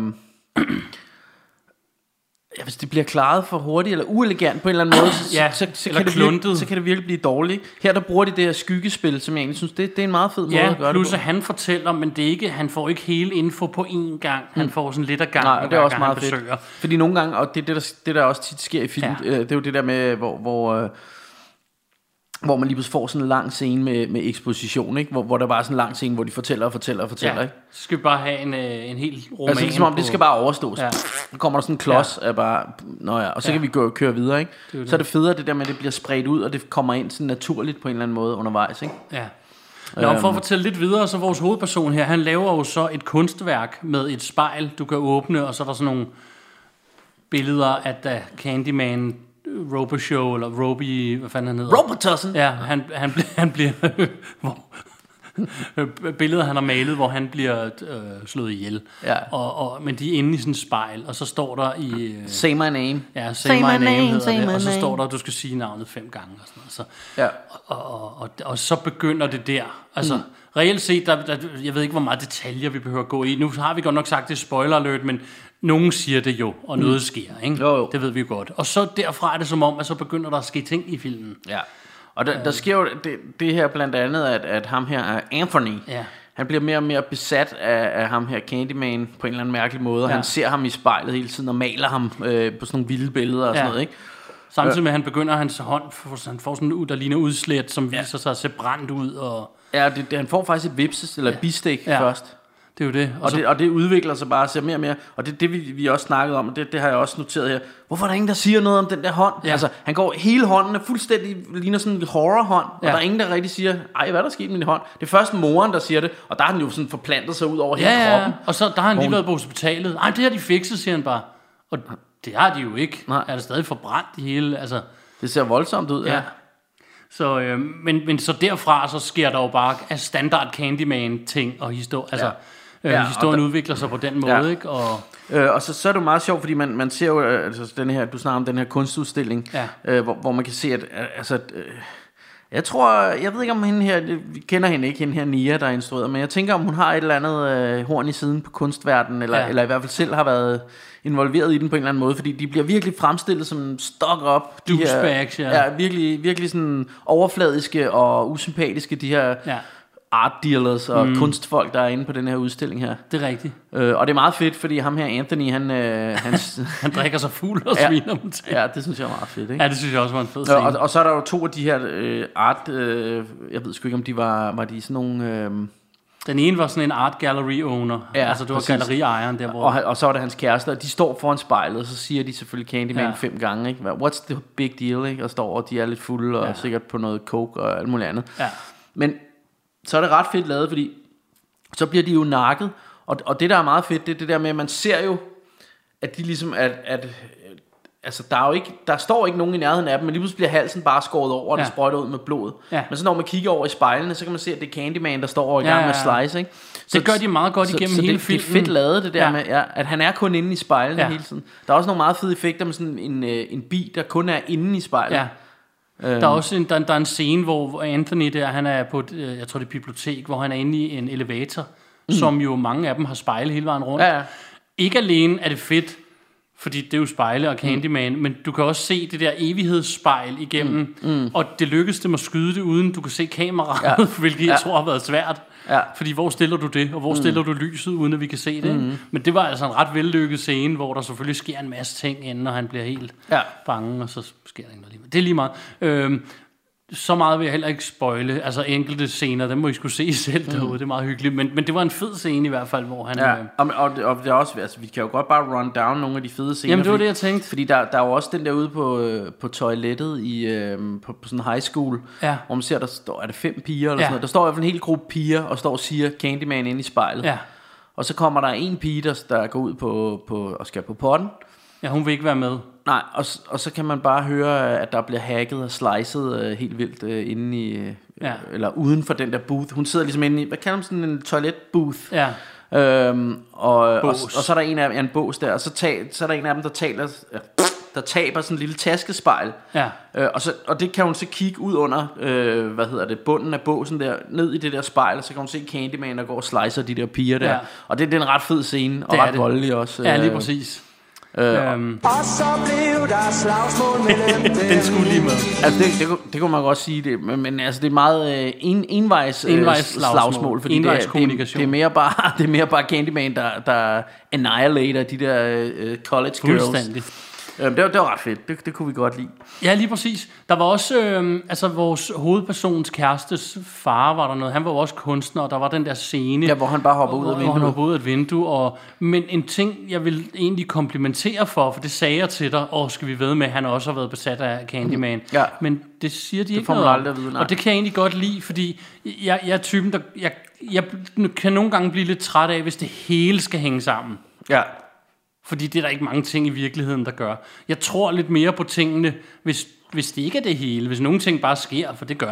hvis det bliver klaret for hurtigt eller uelegant på en eller anden måde, så kan det virkelig blive dårligt. Her der bruger de det her skyggespil, som jeg egentlig synes, det er en meget fed måde at gøre det på. Plus at han fortæller, men det er ikke, han får ikke hele info på én gang. Han får sådan lidt af gang. Nej, det er også meget fedt. Fordi nogle gange, og det der også tit sker i film, det er jo det der med, hvor man lige pludselig får sådan en lang scene med eksposition, ikke? Hvor der bare er sådan en lang scene, hvor de fortæller, ikke? Så skal vi bare have en helt roman. Altså ligesom om det skal bare overstås. Ja. Så kommer der sådan en klods af bare, og så kan vi køre videre, ikke? Så er det federe det der med, at det bliver spredt ud, og det kommer ind sådan naturligt på en eller anden måde undervejs, ikke? Ja. For at fortælle lidt videre, så vores hovedperson her, han laver jo så et kunstværk med et spejl, du kan åbne, og så er der sådan nogle billeder af Candyman, Roboshow, eller Roby, hvad fanden han hedder? Robotussen! Ja, han bliver... billeder, han har malet, hvor han bliver slået ihjel. Ja. Men de er inde i sådan et spejl, og så står der i... Say my name. Ja, say my name hedder det, og så står der, at du skal sige navnet 5 gange. Og sådan noget. Så, ja. og så begynder det der. Altså, reelt set, jeg ved ikke, hvor meget detaljer vi behøver at gå i. Nu har vi godt nok sagt, det er spoiler alert, men nogen siger det jo, og noget sker, ikke? Jo. Det ved vi jo godt. Og så derfra er det som om, at så begynder der at ske ting i filmen. Ja. Og der sker jo det her blandt andet, at ham her, Anthony, han bliver mere og mere besat af ham her, Candyman, på en eller anden mærkelig måde. Han ser ham i spejlet hele tiden og maler ham på sådan nogle vilde billeder og sådan noget, ikke? Samtidig med, at han begynder, hans hånd, han får sådan der ligner udslæt, som viser sig at se brændt ud. Og ja, han får faktisk et vipses, eller bistik først. Det er jo det. Og det udvikler sig bare og ser mere og mere. Og det vi også snakket om, og det har jeg også noteret her. Hvorfor er der ingen, der siger noget om den der hånd? Ja. Altså, han går, hele hånden er fuldstændig, ligner sådan en horrorhånd. Og der er ingen, der rigtig siger, ej, hvad er der sket med din hånd? Det er først moren, der siger det, og der har den jo sådan forplantet sig ud over hele kroppen. Og så der har han lige været på hospitalet. Ej, det har de fikset, siger han bare. Og det har de jo ikke. Nej. Er det stadig forbrændt det hele? Altså, det ser voldsomt ud, ja. Så, men så derfra, så sker der jo bare standard Candyman-ting og historie. Altså, historien udvikler sig på den måde, ikke? Og så er det jo meget sjovt, fordi man ser jo, altså den her, du snakker om den her kunstudstilling, hvor man kan se, at altså, jeg ved ikke om hende her, vi kender hende ikke, hende her Nia, der er instrueret, men jeg tænker, om hun har et eller andet horn i siden på kunstverdenen, eller i hvert fald selv har været involveret i den på en eller anden måde, fordi de bliver virkelig fremstillet som stock up. Douchebags, virkelig sådan overfladiske og usympatiske, de her art dealers og kunstfolk, der er inde på den her udstilling her. Det er rigtigt. Og det er meget fedt, fordi ham her Anthony, han han drikker sig fuld og sviner dem til. Ja, det synes jeg er meget fedt, ikke? Ja, det synes jeg også var en fed scene. Og så er der jo 2 af de her art, jeg ved sgu ikke, om de var de sådan nogle... Den ene var sådan en art gallery owner. Ja, altså det var galleriejeren der, hvor... Og så var det hans kæreste, og de står foran spejlet, og så siger de selvfølgelig Candyman 5 gange, ikke? What's the big deal, ikke? Og står, og de er lidt fulde, og sikkert på noget coke og alt muligt andet. Ja. Men så er det ret fedt lavet, fordi så bliver de jo nakket, og det der er meget fedt, det er det der med, at man ser jo, at de ligesom, altså der står ikke nogen i nærheden af dem, men lige pludselig bliver halsen bare skåret over, og det sprøjter ud med blod. Ja. Men så når man kigger over i spejlene, så kan man se, at det er Candyman, der står over i gang med at slice, ikke? Så det gør de meget godt igennem hele filmen. Det er fedt lavet, det der med, at han er kun inde i spejlene hele tiden. Der er også nogle meget fede effekter med sådan en bi, der kun er inde i spejlet. Ja. Der er også der er en scene, hvor Anthony der, han er på et, jeg tror det er bibliotek, hvor han er inde i en elevator, som jo mange af dem har spejle hele vejen rundt. Ja. Ikke alene er det fedt, fordi det er jo spejle og Candyman, men du kan også se det der evighedsspejl igennem, og det lykkedes dem at skyde det, uden du kan se kameraet, hvilket jeg tror har været svært. Ja. Fordi hvor stiller du det, og hvor stiller du lyset, uden at vi kan se det. Men det var altså en ret vellykket scene, hvor der selvfølgelig sker en masse ting inden, og han bliver helt bange, og så sker der ikke noget. Det er lige meget. Så meget vil jeg heller ikke spoile. Altså enkelte scener, dem må I skulle se selv derude. Det er meget hyggeligt, men det var en fed scene i hvert fald, hvor han... Ja, og det er også, altså, vi kan jo godt bare run down nogle af de fede scener. Jamen det var det, jeg tænkte. Fordi der er jo også den der ude på toilettet på sådan en high school, hvor man ser, der står, er det 5 piger eller sådan noget. Der står i hvert fald en hel gruppe piger, og står og siger Candyman inde i spejlet. Ja. Og så kommer der en pige, der går ud og skal på potten. Ja, hun vil ikke være med. Nej, og så kan man bare høre, at der bliver hacket og slicet helt vildt inde i, eller uden for den der booth. Hun sidder ligesom inde i, hvad kalder man sådan en toilet-booth? Ja. Og så er der en bås der, og så er der en af dem, der taber sådan en lille taskespejl. Ja. Og det kan hun så kigge ud under, bunden af båsen der, ned i det der spejl, og så kan hun se Candyman, der går og slicer de der piger der. Og det er en ret fed scene, og ret voldelig også. Ja, lige præcis. Og så blev der slagsmål mellem dem. Den skulle lige med. Altså det kunne man godt sige det, men altså det er meget envejs slagsmål, fordi det er mere bare Candyman, der annihilator de der college girls. Fuldstændig. Det var ret fedt. Det kunne vi godt lide. Ja, lige præcis. Der var også vores hovedpersons kærestes far, var der noget. Han var også kunstner, og der var den der scene, hvor han bare hopper ud af vinduet. Hvor han hopper ud af et vindue. Men en ting, jeg vil egentlig komplimentere for det sagde jeg til dig, skal vi ved med, at han også har været besat af Candyman. Ja. Men det siger de ikke noget om. Aldrig vide, og det kan jeg egentlig godt lide, fordi jeg er typen, der jeg kan nogle gange blive lidt træt af, hvis det hele skal hænge sammen. Ja. Fordi det er der ikke mange ting i virkeligheden, der gør. Jeg tror lidt mere på tingene, hvis det ikke er det hele. Hvis nogle ting bare sker, for det gør de.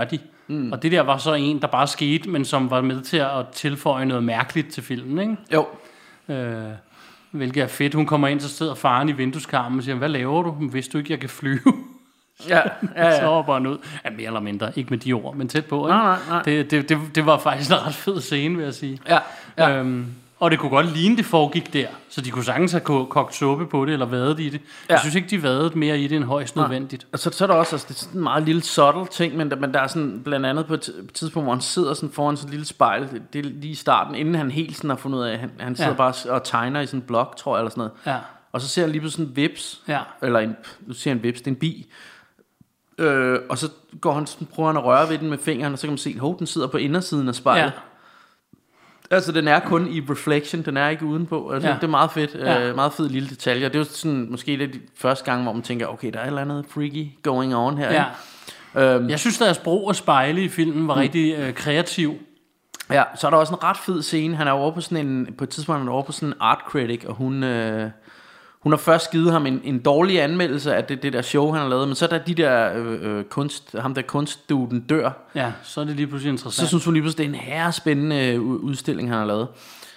Og det der var så en, der bare skete, men som var med til at tilføje noget mærkeligt til filmen, ikke? Jo. Hvilket er fedt. Hun kommer ind, så sidder faren i vindueskarmen og siger, hvad laver du? Vidste du ikke, jeg kan flyve? Ja. Så hopper han ud. Ja, mere eller mindre. Ikke med de ord, men tæt på. Ikke? Nej. Det var faktisk en ret fed scene, vil jeg sige. Ja. Og det kunne godt ligne, det foregik der. Så de kunne sagtens have kogt suppe på det, eller vadet i det. Jeg synes ikke, de vadede mere i det end højst nødvendigt. Og så er der også, det er sådan en meget lille subtle ting, men der er sådan, blandt andet på et tidspunkt, hvor han sidder sådan foran sådan et lille spejl, det er lige i starten, inden han helt sådan har fundet ud af, han sidder bare og tegner i sådan en blok, tror jeg, eller sådan noget. Ja. Og så ser han lige på sådan en vips, Ja. eller nu ser han vips, det er en bi. Og så går han sådan, prøver han at røre ved den med fingeren, og så kan man se, den sidder på indersiden af spejlet. Ja. Altså den er kun i reflection, den er ikke udenpå. Altså, det er meget fedt, meget fed lille detalje. Det er jo sådan måske lidt de første gange, hvor man tænker, okay, der er et eller andet freaky going on her. Ja. Jeg synes, deres brug af spejle i filmen var rigtig kreativ. Ja, så er der også en ret fed scene. Han er over på sådan på et tidspunkt han er over på sådan en art critic, og hun har først givet ham en dårlig anmeldelse af det der show, han har lavet, men så da de der kunststudien dør, ja, så er det lige pludselig interessant. Så synes hun lige pludselig, det er en herrespændende udstilling, han har lavet.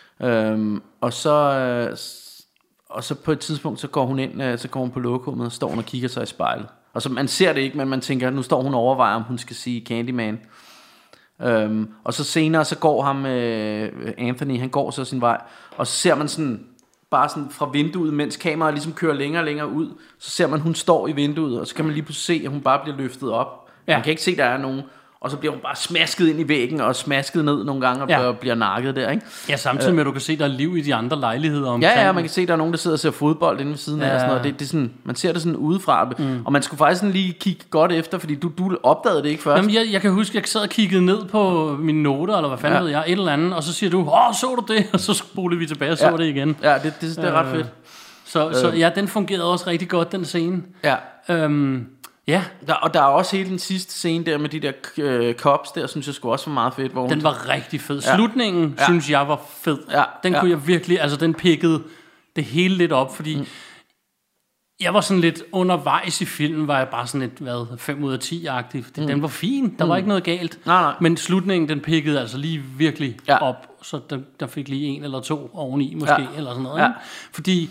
Og så på et tidspunkt, så går hun ind, så går hun på lokummet, og står hun og kigger sig i spejlet. Og så man ser det ikke, men man tænker, nu står hun og overvejer, om hun skal sige Candyman. Og så senere, så går ham Anthony, han går så sin vej, og så ser man sådan bare sådan fra vinduet, mens kameraet ligesom kører længere og længere ud, så ser man, hun står i vinduet, og så kan man lige pludselig se, at hun bare bliver løftet op. Ja. Man kan ikke se, der er nogen, og så bliver hun bare smasket ind i væggen, og smasket ned nogle gange, og bliver nakket der, ikke? Ja, samtidig med, at du kan se, der er liv i de andre lejligheder omkring. Ja, man kan se, der er nogen, der sidder og ser fodbold inde ved siden af, og sådan noget. Det er sådan, man ser det sådan udefra, og man skulle faktisk sådan lige kigge godt efter, fordi du opdagede det ikke først. Jamen, jeg kan huske, jeg sad og kiggede ned på mine noter, eller hvad fanden ved jeg, et eller andet, og så siger du, så du det? Og så spolede vi tilbage og så det igen. Ja, det er ret fedt. Så ja, den fungerede også rigtig godt, den scene. Ja. Ja. Og der er også hele den sidste scene der med de der cops der, synes jeg skulle også var meget fedt. Hvor den var rigtig fed. Slutningen synes jeg var fed. Den kunne jeg virkelig, altså den pikkede det hele lidt op, fordi jeg var sådan lidt undervejs i filmen, var jeg bare sådan lidt, 5 ud af 10-agtig. Den var fin, der var ikke noget galt. Nej. Men slutningen, den pikkede altså lige virkelig op, så der fik lige 1 eller 2 oveni måske, eller sådan noget. Ja. Fordi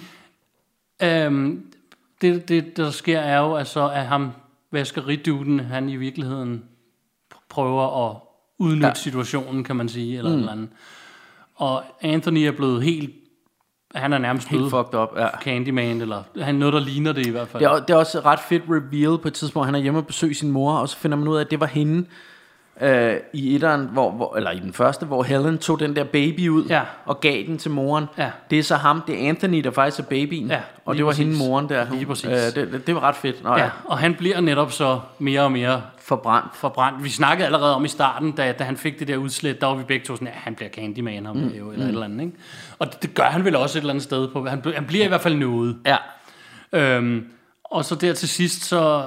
det der sker er jo, altså, at ham vaskeriduden, han i virkeligheden prøver at udnytte situationen, kan man sige, eller eller andet. Og Anthony er blevet han er nærmest helt fucked up, Candyman, eller han noget, der ligner det i hvert fald. Det er også ret fedt reveal på et tidspunkt, han er hjemme og besøger sin mor, og så finder man ud af, at det var hende, i etteren, eller i den første, hvor Helen tog den der baby ud og gav den til moren. Ja. Det er så ham, det er Anthony, der faktisk er babyen, og det var hende moren der. Lige præcis. Det var ret fedt. Og han bliver netop så mere og mere forbrændt. Vi snakkede allerede om i starten, da han fik det der udslæt, der var vi begge to sådan, han bliver Candyman ham, eller et eller andet, ikke? Og det gør han vel også et eller andet sted på. Han bliver i hvert fald noget. Ja. Og så der til sidst, så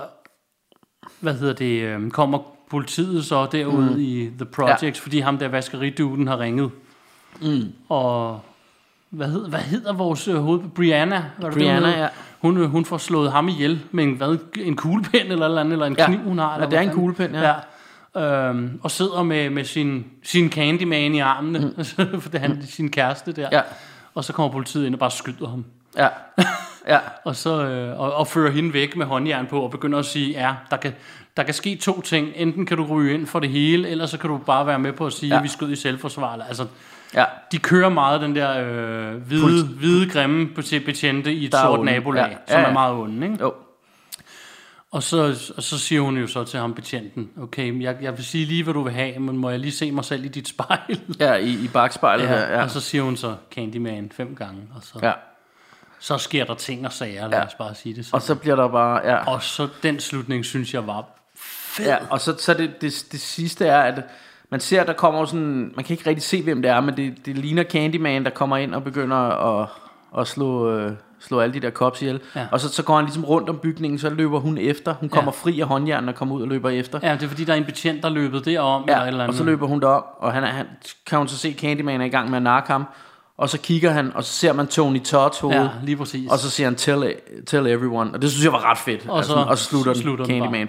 kommer politiet så derude i The Projects, fordi ham der vaskeriduden har ringet. Og hvad hedder vores Brianna? Brianna, Hun får slået ham ihjel med en kuglepen eller en kniv, hun har. Ja, det er en kuglepen, og sidder med sin Candyman i armene, for det er han sin kæreste der. Ja. Og så kommer politiet ind og bare skyder ham. Ja. Ja. Og så og fører hende væk med håndjern på og begynder at sige, der kan ske 2 ting. Enten kan du ryge ind for det hele, eller så kan du bare være med på at sige, at vi skød i selvforsvar. Altså, de kører meget den der hvide grimme betjente i et sort nabolag, som er meget onde, ikke? Jo. Og så siger hun jo så til ham, betjenten, okay, jeg vil sige lige, hvad du vil have, men må jeg lige se mig selv i dit spejl? Ja, i bagspejlet her. Ja. Og så siger hun så Candyman 5 gange, og så... Så sker der ting og sager, lad os bare sige det sådan. Og så bliver der bare, Og så den slutning, synes jeg var fed. Ja, og så det sidste er, at man ser, at der kommer sådan, man kan ikke rigtig se, hvem det er, men det ligner Candyman, der kommer ind og begynder at slå alle de der cops ihjel. Ja. Og så går han ligesom rundt om bygningen, så løber hun efter. Hun kommer fri af håndjernen og kommer ud og løber efter. Ja, det er fordi, der er en betjent, der løbet derom. Ja, eller et eller andet. Og så løber hun derop, og han kan hun så se, Candyman er i gang med at nakke ham. Og så kigger han, og så ser man Tony Todds hoved. Ja, lige præcis. Og så siger han, tell everyone. Og det synes jeg var ret fedt. Og så slutter den Candyman.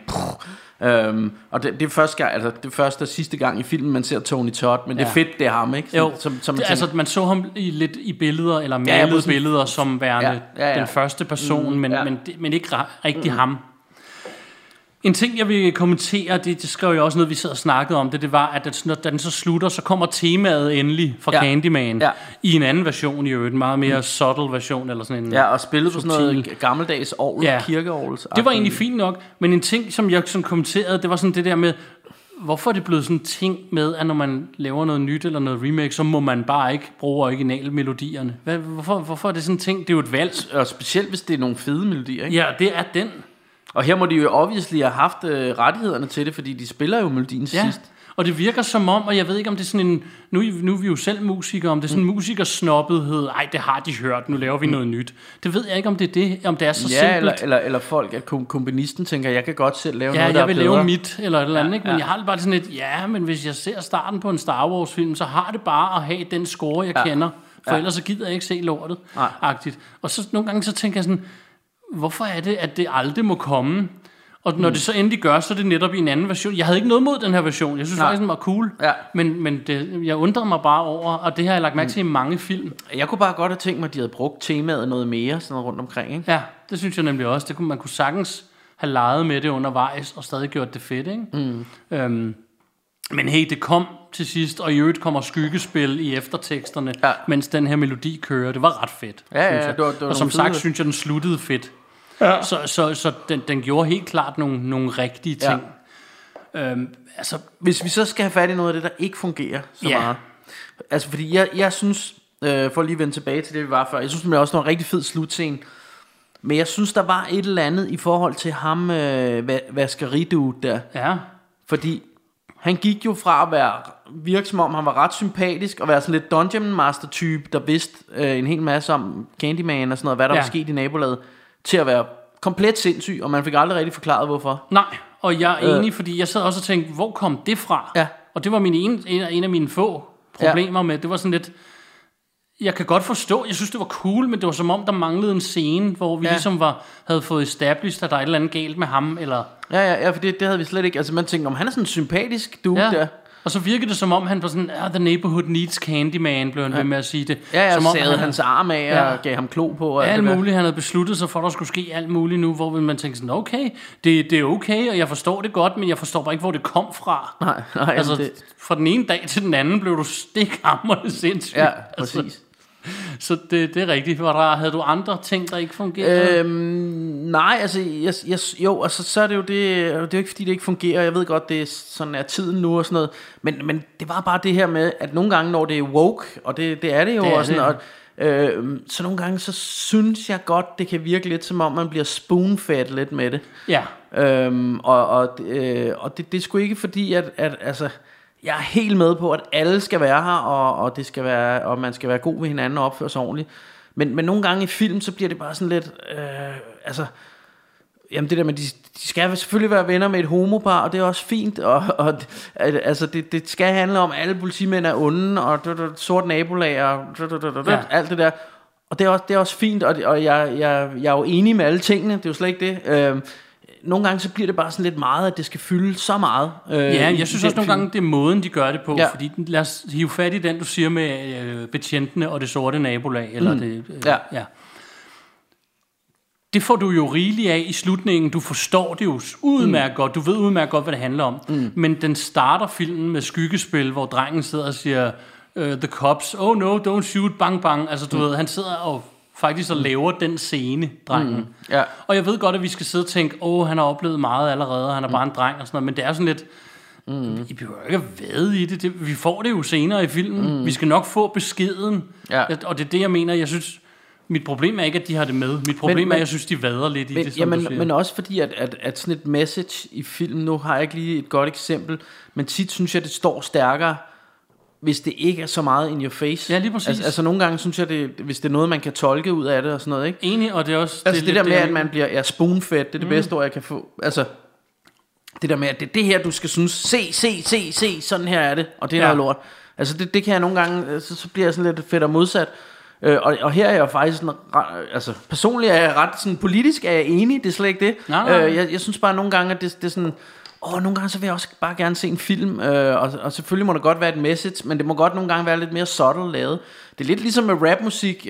Og det er første gang, altså det første og sidste gang i filmen, man ser Tony Todd. Men det er fedt, det er ham, ikke? Jo, man så ham lidt i billeder, eller malede billeder, som værende den første person, men ikke rigtig ham. En ting, jeg vil kommentere, det skrev jeg også noget, vi sad og snakkede om, det var, at da den så slutter, så kommer temaet endelig fra Candyman i en anden version i øvrigt, en meget mere subtle version, eller sådan en og spillet på sådan noget gammeldags kirkeorgel. Det var egentlig fint nok, men en ting, som jeg sådan kommenterede, det var sådan det der med, hvorfor er det blevet sådan en ting med, at når man laver noget nyt eller noget remake, så må man bare ikke bruge originalmelodierne. Hvorfor er det sådan en ting? Det er jo et valg. Og specielt, hvis det er nogle fede melodier, ikke? Ja, det er den. Og her må de jo obviously have haft rettighederne til det, fordi de spiller jo melodien sidst. Og det virker som om, og jeg ved ikke om det er sådan en, nu er vi jo selv musikere, om det er sådan en musikersnobbethed, ej det har de hørt, nu laver vi noget nyt. Det ved jeg ikke om det er det, om det er så simpelt. Eller folk, at komponisten tænker, jeg kan godt selv lave noget, der er bedre. Ja, jeg vil lave mit, eller et eller andet, ikke? Men jeg har det bare sådan lidt, men hvis jeg ser starten på en Star Wars film, så har det bare at have den score, jeg kender, for ellers så gider jeg ikke se lortet, agtigt. Og så nogle gange så tænker jeg sådan, hvorfor er det, at det aldrig må komme? Og når det så endelig gør, så er det netop i en anden version. Jeg havde ikke noget mod den her version. Jeg synes faktisk, den var cool. Ja. Men jeg undrede mig bare over, og det har jeg lagt mærke til i mange film. Jeg kunne bare godt have tænkt mig, at de havde brugt temaet noget mere sådan rundt omkring. Ikke? Ja, det synes jeg nemlig også. Man kunne sagtens have leget med det undervejs, og stadig gjort det fedt. Ikke? Men hey, det kom til sidst, og i øvrigt kommer skyggespil i efterteksterne, mens den her melodi kører. Det var ret fedt, synes jeg. Det var og som sagt, synes jeg, den sluttede fedt. Ja. Så den gjorde helt klart nogle rigtige ting. Altså, hvis vi så skal have fat i noget af det, der ikke fungerer så meget. Altså, fordi jeg synes, for lige at vende tilbage til det, vi var før, jeg synes, det også var en rigtig fed slutscene. Men jeg synes, der var et eller andet i forhold til ham, vaskeridude der. Ja. Fordi han gik jo fra at virke som om han var ret sympatisk og være sådan lidt Dungeon Master type, der vidste en hel masse om Candyman og sådan noget, hvad der var sket i nabolaget, til at være komplet sindssyg, og man fik aldrig rigtig forklaret hvorfor. Nej, og jeg er enig, fordi jeg sad også og tænkte, hvor kom det fra? Ja. Og det var en af mine få problemer med, det var sådan lidt, jeg kan godt forstå, jeg synes det var cool, men det var som om der manglede en scene, hvor vi ligesom havde fået established, at der er et eller andet galt med ham, eller... Ja, for det havde vi slet ikke, altså man tænkte, om han er sådan en sympatisk dude der. Og så virkede det som om han var sådan, the neighborhood needs Candyman, blev han ved med at sige det. Ja, som om han hans arm af og gav ham klo på. Og alt muligt, han havde besluttet sig for, at der skulle ske alt muligt nu, hvor man tænkte sådan, okay, det er okay, og jeg forstår det godt, men jeg forstår bare ikke, hvor det kom fra. Nej, altså, fra den ene dag til den anden blev du stikhamrende sindssygt. Ja, præcis. Altså, så det er rigtigt. Havde du andre ting, der ikke fungerede? Nej, altså så er det jo det er jo ikke fordi det ikke fungerer. Jeg ved godt, det er sådan er tiden nu og sådan noget. Men det var bare det her med, at nogle gange når det er woke, og det er det jo det sådan, og så nogle gange så synes jeg godt, det kan virke lidt som om man bliver spoonfed lidt med det. Ja. Og det er sgu ikke fordi at altså jeg er helt med på, at alle skal være her, og det skal være, og man skal være god ved hinanden og opføre sig ordentligt. Men nogle gange i film, så bliver det bare sådan lidt, altså, jamen det der med, de skal selvfølgelig være venner med et homopar, og det er også fint, og altså det skal handle om, at alle politimænd er onde, og sort nabolag, og alt det der. Og det er også fint, og jeg er jo enig med alle tingene, det er jo slet ikke det. Nogle gange så bliver det bare sådan lidt meget, at det skal fylde så meget. Jeg synes også nogle gange, det er måden, de gør det på. Ja. Fordi lad os hive fat i den, du siger med betjentene og det sorte nabolag. Eller det, det får du jo rigeligt af i slutningen. Du forstår det jo udmærket godt. Du ved udmærket godt, hvad det handler om. Men den starter filmen med skyggespil, hvor drengen sidder og siger, the cops, oh no, don't shoot, bang bang. Altså du ved, han sidder og faktisk så laver den scene, drengen. Og jeg ved godt, at vi skal sidde og tænke, han har oplevet meget allerede, han er bare en dreng og sådan noget, men det er sådan lidt, I behøver ikke at vade i det. Vi får det jo senere i filmen. Vi skal nok få beskeden, og det er det, jeg mener, jeg synes, mit problem er ikke, at de har det med. Mit problem er, at jeg synes, de vader lidt i det, som du siger. Men også fordi, at sådan et message i filmen, nu har jeg ikke lige et godt eksempel, men tit synes jeg, det står stærkere, hvis det ikke er så meget in your face. Ja, lige præcis. Altså nogle gange synes jeg, hvis det er noget, man kan tolke ud af det og sådan noget, ikke? Enig, og det er også... Altså det der med, at man bliver spoonfed, det er det bedste ord, jeg kan få. Altså, det der med, at det er det her, du skal synes, se, sådan her er det, og det er noget lort. Altså det kan jeg nogle gange, så bliver jeg sådan lidt fedt og modsat. Og her er jeg faktisk sådan, altså personligt er jeg ret sådan, politisk er jeg enig, det er slet ikke det. Nej. Jeg synes bare nogle gange, at det er sådan, nogle gange så vil jeg også bare gerne se en film, og selvfølgelig må det godt være et message, men det må godt nogle gange være lidt mere subtle lavet. Det er lidt ligesom med rapmusik.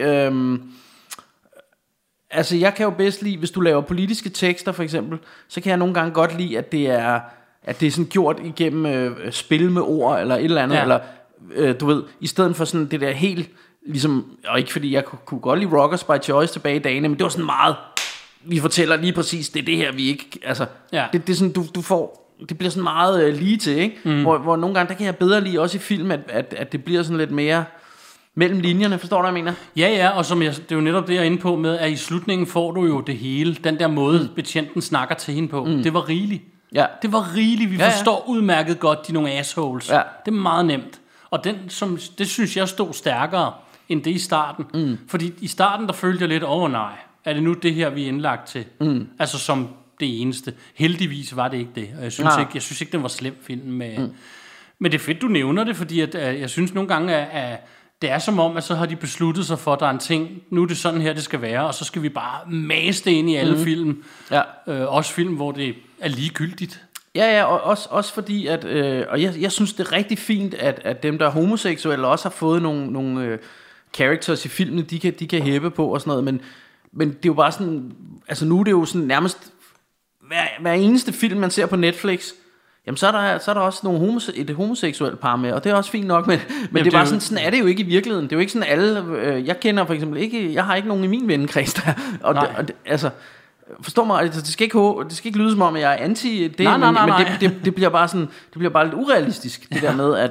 Altså jeg kan jo bedst lide, hvis du laver politiske tekster for eksempel, så kan jeg nogle gange godt lide, at det er sådan gjort igennem spil med ord eller et eller andet, eller du ved, i stedet for sådan det der helt ligesom, og ikke fordi jeg kunne godt lide Rockers by Choice tilbage i dagene, men det var sådan meget, vi fortæller lige præcis, det er det her, vi ikke, altså, det er sådan, du får, det bliver sådan meget lige til, ikke? Hvor nogle gange, der kan jeg bedre lide også i film, at det bliver sådan lidt mere mellem linjerne, forstår du, hvad jeg mener? Ja, og det er jo netop det, jeg er inde på med, at i slutningen får du jo det hele, den der måde, betjenten snakker til hende på, det var rigeligt. Ja. Det var rigeligt, vi forstår udmærket godt, de er nogle assholes. Ja. Det er meget nemt. Og det synes jeg stod stærkere end det i starten. Fordi i starten, der følte jeg lidt, nej, er det nu det her, vi er indlagt til? Altså som det eneste. Heldigvis var det ikke det. Og jeg synes ikke, den var slem film med. Men det er fedt, du nævner det, fordi at, jeg synes nogle gange, at det er som om, at så har de besluttet sig for, at der er en ting, nu er det sådan her, det skal være, og så skal vi bare mase det ind i alle film. Ja. Også film, hvor det er ligegyldigt. Ja, og også fordi, at og jeg synes, det er rigtig fint, at dem, der er homoseksuelle, også har fået nogle characters i filmene, de kan hæppe på og sådan noget, men det er jo bare sådan, altså nu er det jo sådan nærmest, hver eneste film, man ser på Netflix, jamen så er der også et homoseksuelt par med, og det er også fint nok, men jamen, det er bare sådan er det jo ikke i virkeligheden. Det er jo ikke sådan alle, jeg kender for eksempel ikke, jeg har ikke nogen i min vennekreds der, altså, forstår mig, det skal ikke lyde som om, at jeg er anti det, men det bliver bare sådan, det bliver bare lidt urealistisk, det der med,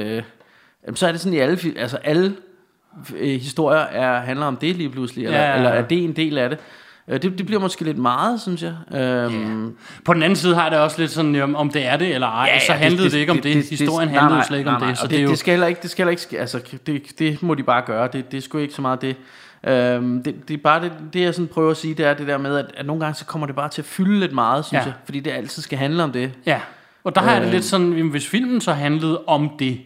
at så er det sådan i alle film, altså alle historier handler om det lige pludselig, eller er det en del af det. Det bliver måske lidt meget, synes jeg. På den anden side har jeg det også lidt sådan, om det er det eller ej, så handlede det ikke om det. Historien handlede slet ikke om det. Så det skal heller ikke, altså det må de bare gøre. Det er sgu ikke så meget det. Det er bare det jeg sådan prøver at sige, det er det der med, at nogle gange så kommer det bare til at fylde lidt meget, synes jeg, fordi det altid skal handle om det. Ja, og der har jeg det lidt sådan, hvis filmen så handlede om det,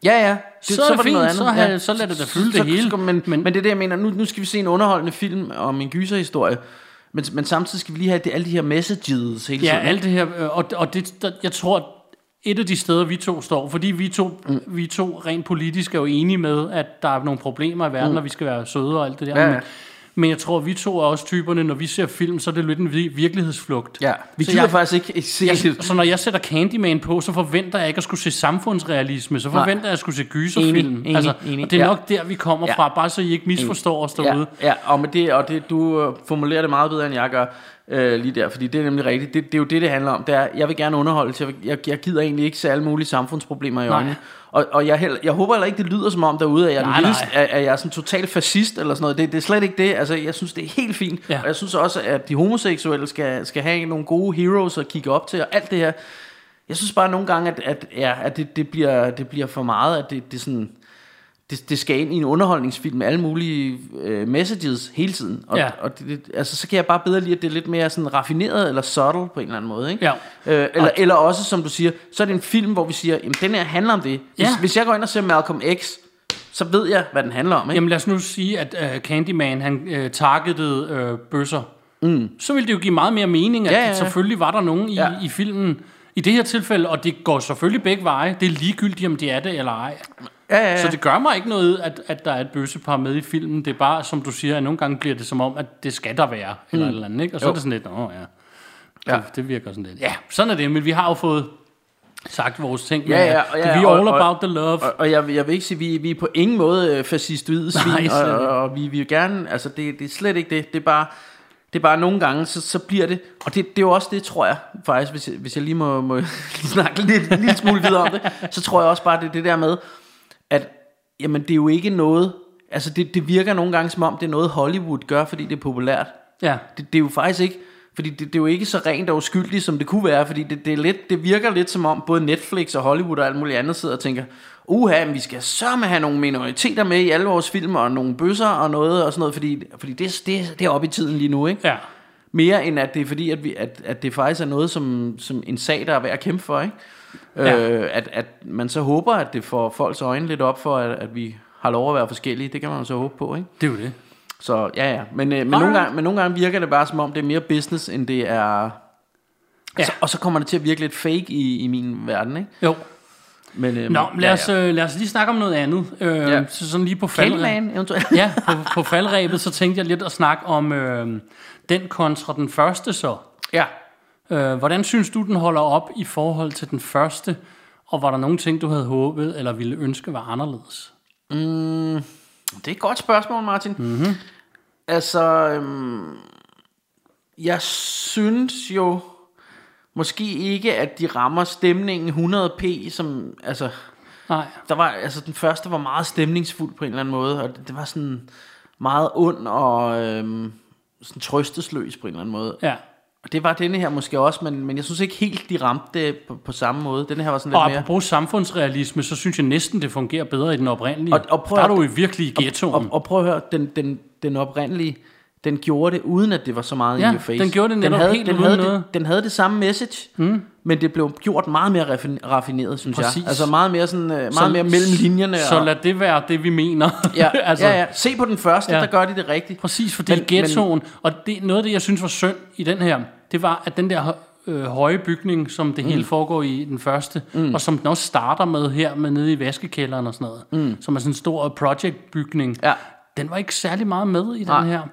så er det fint, noget andet. Så lader det da fylde det hele. Men det er det, jeg mener. Nu skal vi se en underholdende film om en gyserhistorie, men samtidig skal vi lige have alle de her messages hele tiden. Ja, alt det her, og jeg tror, et af de steder, vi to står, fordi vi to rent politisk er jo enige med, at der er nogle problemer i verden, og vi skal være søde og alt det der. Men jeg tror, vi to er også typerne, når vi ser film, så er det lidt en virkelighedsflugt. Ja, vi gider faktisk ikke se så når jeg sætter Candyman på, så forventer jeg ikke at skulle se samfundsrealisme, så forventer jeg at skulle se gyserfilm. Enig. Og det er nok der, vi kommer fra, bare så I ikke misforstår os derude. Ja, og det du formulerer det meget bedre, end jeg gør. Lige der, fordi det er nemlig rigtigt. Det er jo det handler om. Det er, jeg vil gerne underholde til. Jeg gider egentlig ikke se alle mulige samfundsproblemer i øjnene. Og jeg håber heller ikke, det lyder som om derude, at jeg er sådan total fascist eller sådan noget. Det er slet ikke det. Altså, jeg synes, det er helt fint. Ja. Og jeg synes også, at de homoseksuelle skal have nogle gode heroes at kigge op til, og alt det her. Jeg synes bare nogle gange, at det bliver for meget, at det sådan... Det skal ind i en underholdningsfilm med alle mulige messages hele tiden. Og altså, så kan jeg bare bedre lide, at det er lidt mere sådan raffineret eller subtle på en eller anden måde. Ikke? Ja. Eller også, som du siger, så er det en film, hvor vi siger, jamen den her handler om det. Hvis jeg går ind og ser Malcolm X, så ved jeg, hvad den handler om. Ikke? Jamen lad os nu sige, at Candyman, han targetede bøsser. Så ville det jo give meget mere mening, at selvfølgelig var der nogen i filmen, i det her tilfælde, og det går selvfølgelig begge veje. Det er ligegyldigt, om det er det eller ej. Ja. Så det gør mig ikke noget, at der er et bøssepar med i filmen. Det er bare, som du siger, at nogle gange bliver det som om, at det skal der være, eller andet, ikke? Og så er det sådan lidt, det virker sådan lidt. Ja, sådan er det, men vi har jo fået sagt vores ting. Vi er all about the love. Og jeg vil ikke sige, vi er på ingen måde fascistoide svin, og vi vil gerne, altså det er slet ikke det. Det er bare nogle gange, så bliver det. Og det er jo også det, tror jeg faktisk, hvis jeg lige må lige snakke lidt smule videre om det, så tror jeg også bare, det er det der med, at jamen, det er jo ikke noget, altså det virker nogle gange som om, det er noget Hollywood gør, fordi det er populært. Ja. Det er jo faktisk ikke, fordi det er jo ikke så rent og uskyldigt, som det kunne være, fordi det virker lidt som om, både Netflix og Hollywood og alt muligt andet sidder og tænker, men vi skal sørme have nogle minoriteter med i alle vores film, og nogle bøsser og noget, og sådan noget, fordi det er oppe i tiden lige nu, ikke? Ja. Mere end at det er fordi, at det faktisk er noget, som en sag, der er værd at kæmpe for, ikke? At man så håber, at det får folks øjne lidt op for, at vi har lov at være forskellige. Det kan man så håbe på, ikke? Det er jo det. Så ja. Men nogle gange virker det bare som om, det er mere business, end det er... Ja. Og så kommer det til at virke lidt fake i min verden, ikke? Jo. Men, lad os lige snakke om noget andet. Så sådan lige på på faldrebet, så tænkte jeg lidt at snakke om den kontra den første så. Ja. Hvordan synes du, den holder op i forhold til den første? Og var der nogle ting, du havde håbet eller ville ønske var anderledes? Det er et godt spørgsmål, Martin. Mm-hmm. Altså, jeg synes jo måske ikke, at de rammer stemningen 100p, som, altså... Nej. Der var, altså, den første var meget stemningsfuld på en eller anden måde, og det var sådan meget ond og sådan trøstesløs på en eller anden måde. Ja. Og det var denne her måske også, men jeg synes ikke helt, de ramte det på samme måde. Denne her var sådan lidt mere... mere... Og apropos samfundsrealisme, så synes jeg næsten, det fungerer bedre i den oprindelige. Og der er du jo virkelig i ghettoen. Og prøv at høre, den oprindelige... Den gjorde det uden at det var så meget in your face. Den gjorde det netop helt uden noget. Den havde det samme message, men det blev gjort meget mere raffineret, synes jeg. Altså meget mere sådan mere mellem linjerne. Så lad det være det vi mener. Ja. Se på den første, der gør de det rigtigt. Præcis, fordi ghettoen, og det noget af det jeg synes var synd i den her, det var at den der høje bygning, som det hele foregår i den første, og som den også starter med her med nede i vaskekælderen og sådan noget, som er sådan en stor project-bygning. Ja. Den var ikke særlig meget med i den her.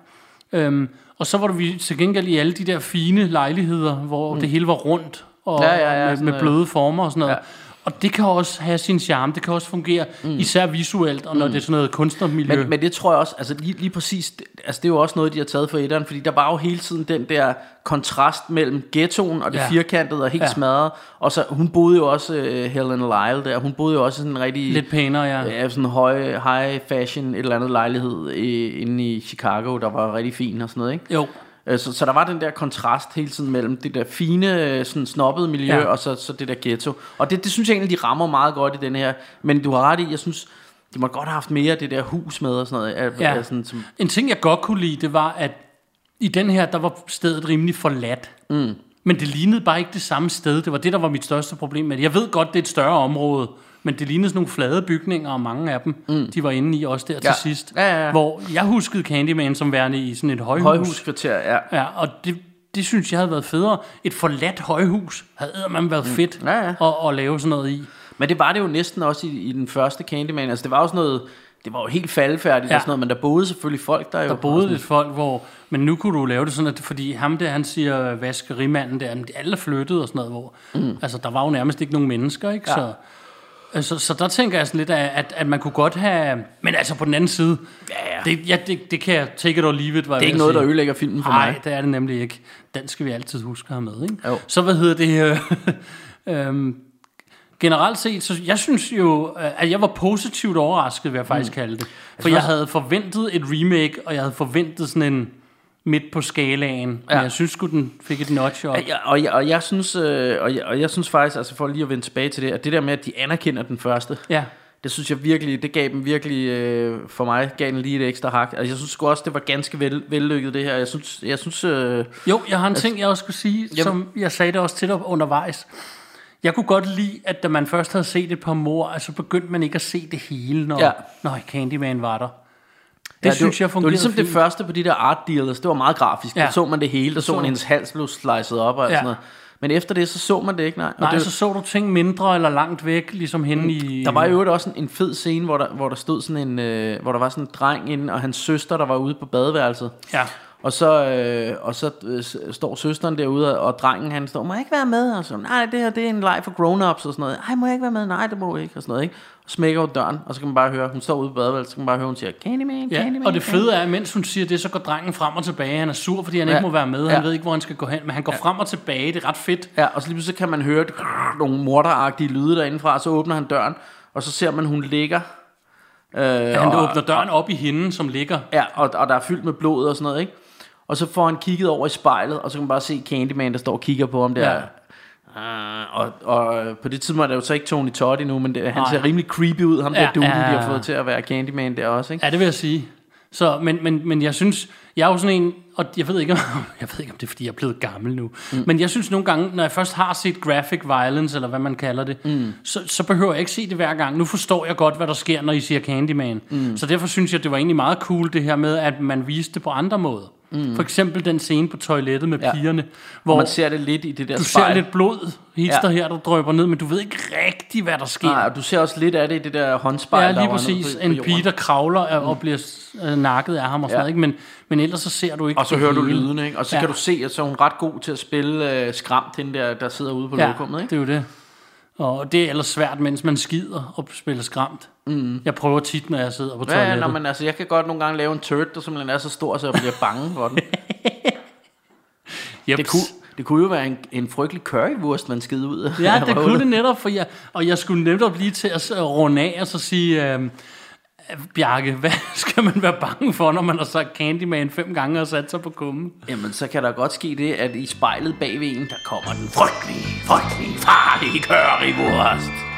Og så var vi til gengæld i alle de der fine lejligheder, hvor det hele var rundt og med bløde former og sådan noget. Ja. Og det kan også have sin charme, det kan også fungere, især visuelt, og når det er sådan noget kunstnermiljø. Men det tror jeg også, altså lige præcis, altså det er jo også noget, de har taget for etteren, fordi der var jo hele tiden den der kontrast mellem ghettoen og det firkantede og helt smadret. Og så, hun boede jo også, Helen Lyle der, hun boede jo også sådan en rigtig... Lidt pænere, sådan high fashion, et eller andet lejlighed inde i Chicago, der var rigtig fin og sådan noget, ikke? Jo. Så der var den der kontrast hele tiden mellem det der fine, sådan snobbede miljø, og så det der ghetto. Og det synes jeg egentlig, de rammer meget godt i den her. Men du har ret i, jeg synes, de må godt have haft mere af det der hus med og sådan noget. Sådan, som... En ting, jeg godt kunne lide, det var, at i den her, der var stedet rimelig forladt. Men det lignede bare ikke det samme sted. Det var det, der var mit største problem med det. Jeg ved godt, det er et større område, men det lignede sådan nogle flade bygninger, og mange af dem, de var inde i også der til sidst. Ja. Hvor jeg huskede Candyman som værende i sådan et højhuskvarter, ja, og det synes jeg havde været federe. Et forladt højhus havde man været fedt at lave sådan noget i. Men det var det jo næsten også i den første Candyman. Altså det var jo sådan noget, det var jo helt faldefærdigt og sådan noget, men der boede selvfølgelig folk der jo. Der boede lidt folk, men nu kunne du lave det sådan, at fordi ham der, han siger vaskerimanden der, alle flyttede og sådan noget, hvor altså der var jo nærmest ikke nogen mennesker, ikke? Ja. Så der tænker jeg sådan lidt, at man kunne godt have... Men altså på den anden side, det kan jeg take it or leave it. Det er ikke noget, der ødelægger filmen for mig. Nej, det er det nemlig ikke. Den skal vi altid huske at have med, ikke? Jo. Så hvad hedder det... generelt set, så jeg synes jo, at jeg var positivt overrasket, vil jeg faktisk kalde det. For jeg havde forventet et remake, og jeg havde forventet sådan en... midt på skalaen, men jeg synes sgu den fik et notch op. Og jeg synes faktisk, altså for lige at vende tilbage til det, at det der med at de anerkender den første, det synes jeg virkelig, det gav dem virkelig for mig gav den lige et ekstra hak. Altså jeg synes sgu også det var ganske vellykket det her. Jeg synes jo, jeg har en ting jeg også skulle sige, som jeg sagde det også til dig undervejs. Jeg kunne godt lide, at da man først havde set et par mord, altså begyndte man ikke at se det hele, når Candyman var der. Det synes jeg fungerede. Det var ligesom fint. Det første på de der art dealers, det var meget grafisk. Der så man det hele, der så man hendes hals blev slicet op og sådan noget. Men efter det, så man det ikke, nej. Så du ting mindre eller langt væk, ligesom henne i... Der var jo også en fed scene, hvor der stod sådan en... hvor der var sådan en dreng inde, og hans søster, der var ude på badeværelset. Ja. Og så står søsteren derude, og drengen, han står, må jeg ikke være med? Og så, nej, det her, det er en leg for grown-ups og sådan noget. Ej, må jeg ikke være med? Nej, det må jeg ikke, og sådan noget, ikke? Og smækker over døren, og så kan man bare høre, hun står ude på badeværelset, så kan man bare høre, hun siger, Candyman, Candyman. Og det fede er, mens hun siger det, så går drengen frem og tilbage. Han er sur, fordi han ikke må være med. Han ved ikke, hvor han skal gå hen, men han går frem og tilbage. Det er ret fedt. Ja, og så lige så kan man høre nogle morderagtige lyde derindefra, og så åbner han døren, og så ser man, hun ligger. Han åbner døren op i hende, som ligger. Ja, og der er fyldt med blod og sådan noget, ikke? Og så får han kigget over i spejlet, og så kan man bare se Candyman, der står og kigger på ham der. Ja. Og på det tidspunkt er det jo så ikke Tony Todd endnu, men han ser rimelig creepy ud, ham der dude, de har fået til at være Candyman der også, ikke? Ja, det vil jeg sige. Så, men jeg synes, jeg er jo sådan en, og jeg ved ikke om det er, fordi jeg er blevet gammel nu, men jeg synes nogle gange, når jeg først har set graphic violence, eller hvad man kalder det, så behøver jeg ikke se det hver gang. Nu forstår jeg godt, hvad der sker, når I siger Candyman. Så derfor synes jeg, det var egentlig meget cool, det her med, at man viste det på andre måder. For eksempel den scene på toilettet med pigerne, hvor man ser det lidt i det der du spejl. ser lidt blod, hister her, der drøber ned, men du ved ikke rigtig, hvad der sker. Nej, og du ser også lidt af det i det der håndspejl. Ja, lige præcis. En pige, der kravler og bliver nakket af ham og sådan noget, ikke? Men ellers så ser du ikke. Og så hører du lydene, ikke? Og så kan du se, at så er hun ret god til at spille skræmt, hende der sidder ude på lokummet, ikke? Det er jo det. Og det er ellers svært, mens man skider og spiller skræmt. Jeg prøver tit, når jeg sidder på toilettet. Ja, men altså, jeg kan godt nogle gange lave en turd, der simpelthen er så stor, så jeg bliver bange for den. Det kunne jo være en frygtelig currywurst, man skide ud af. Ja, det kunne det netop, og jeg skulle netop lige til at runde af og så sige, Bjarke, hvad skal man være bange for, når man har sagt Candyman 5 gange og sat sig på kummen? Jamen, så kan der godt ske det, at i spejlet bagved en, der kommer den frygtelige, farlige currywurst.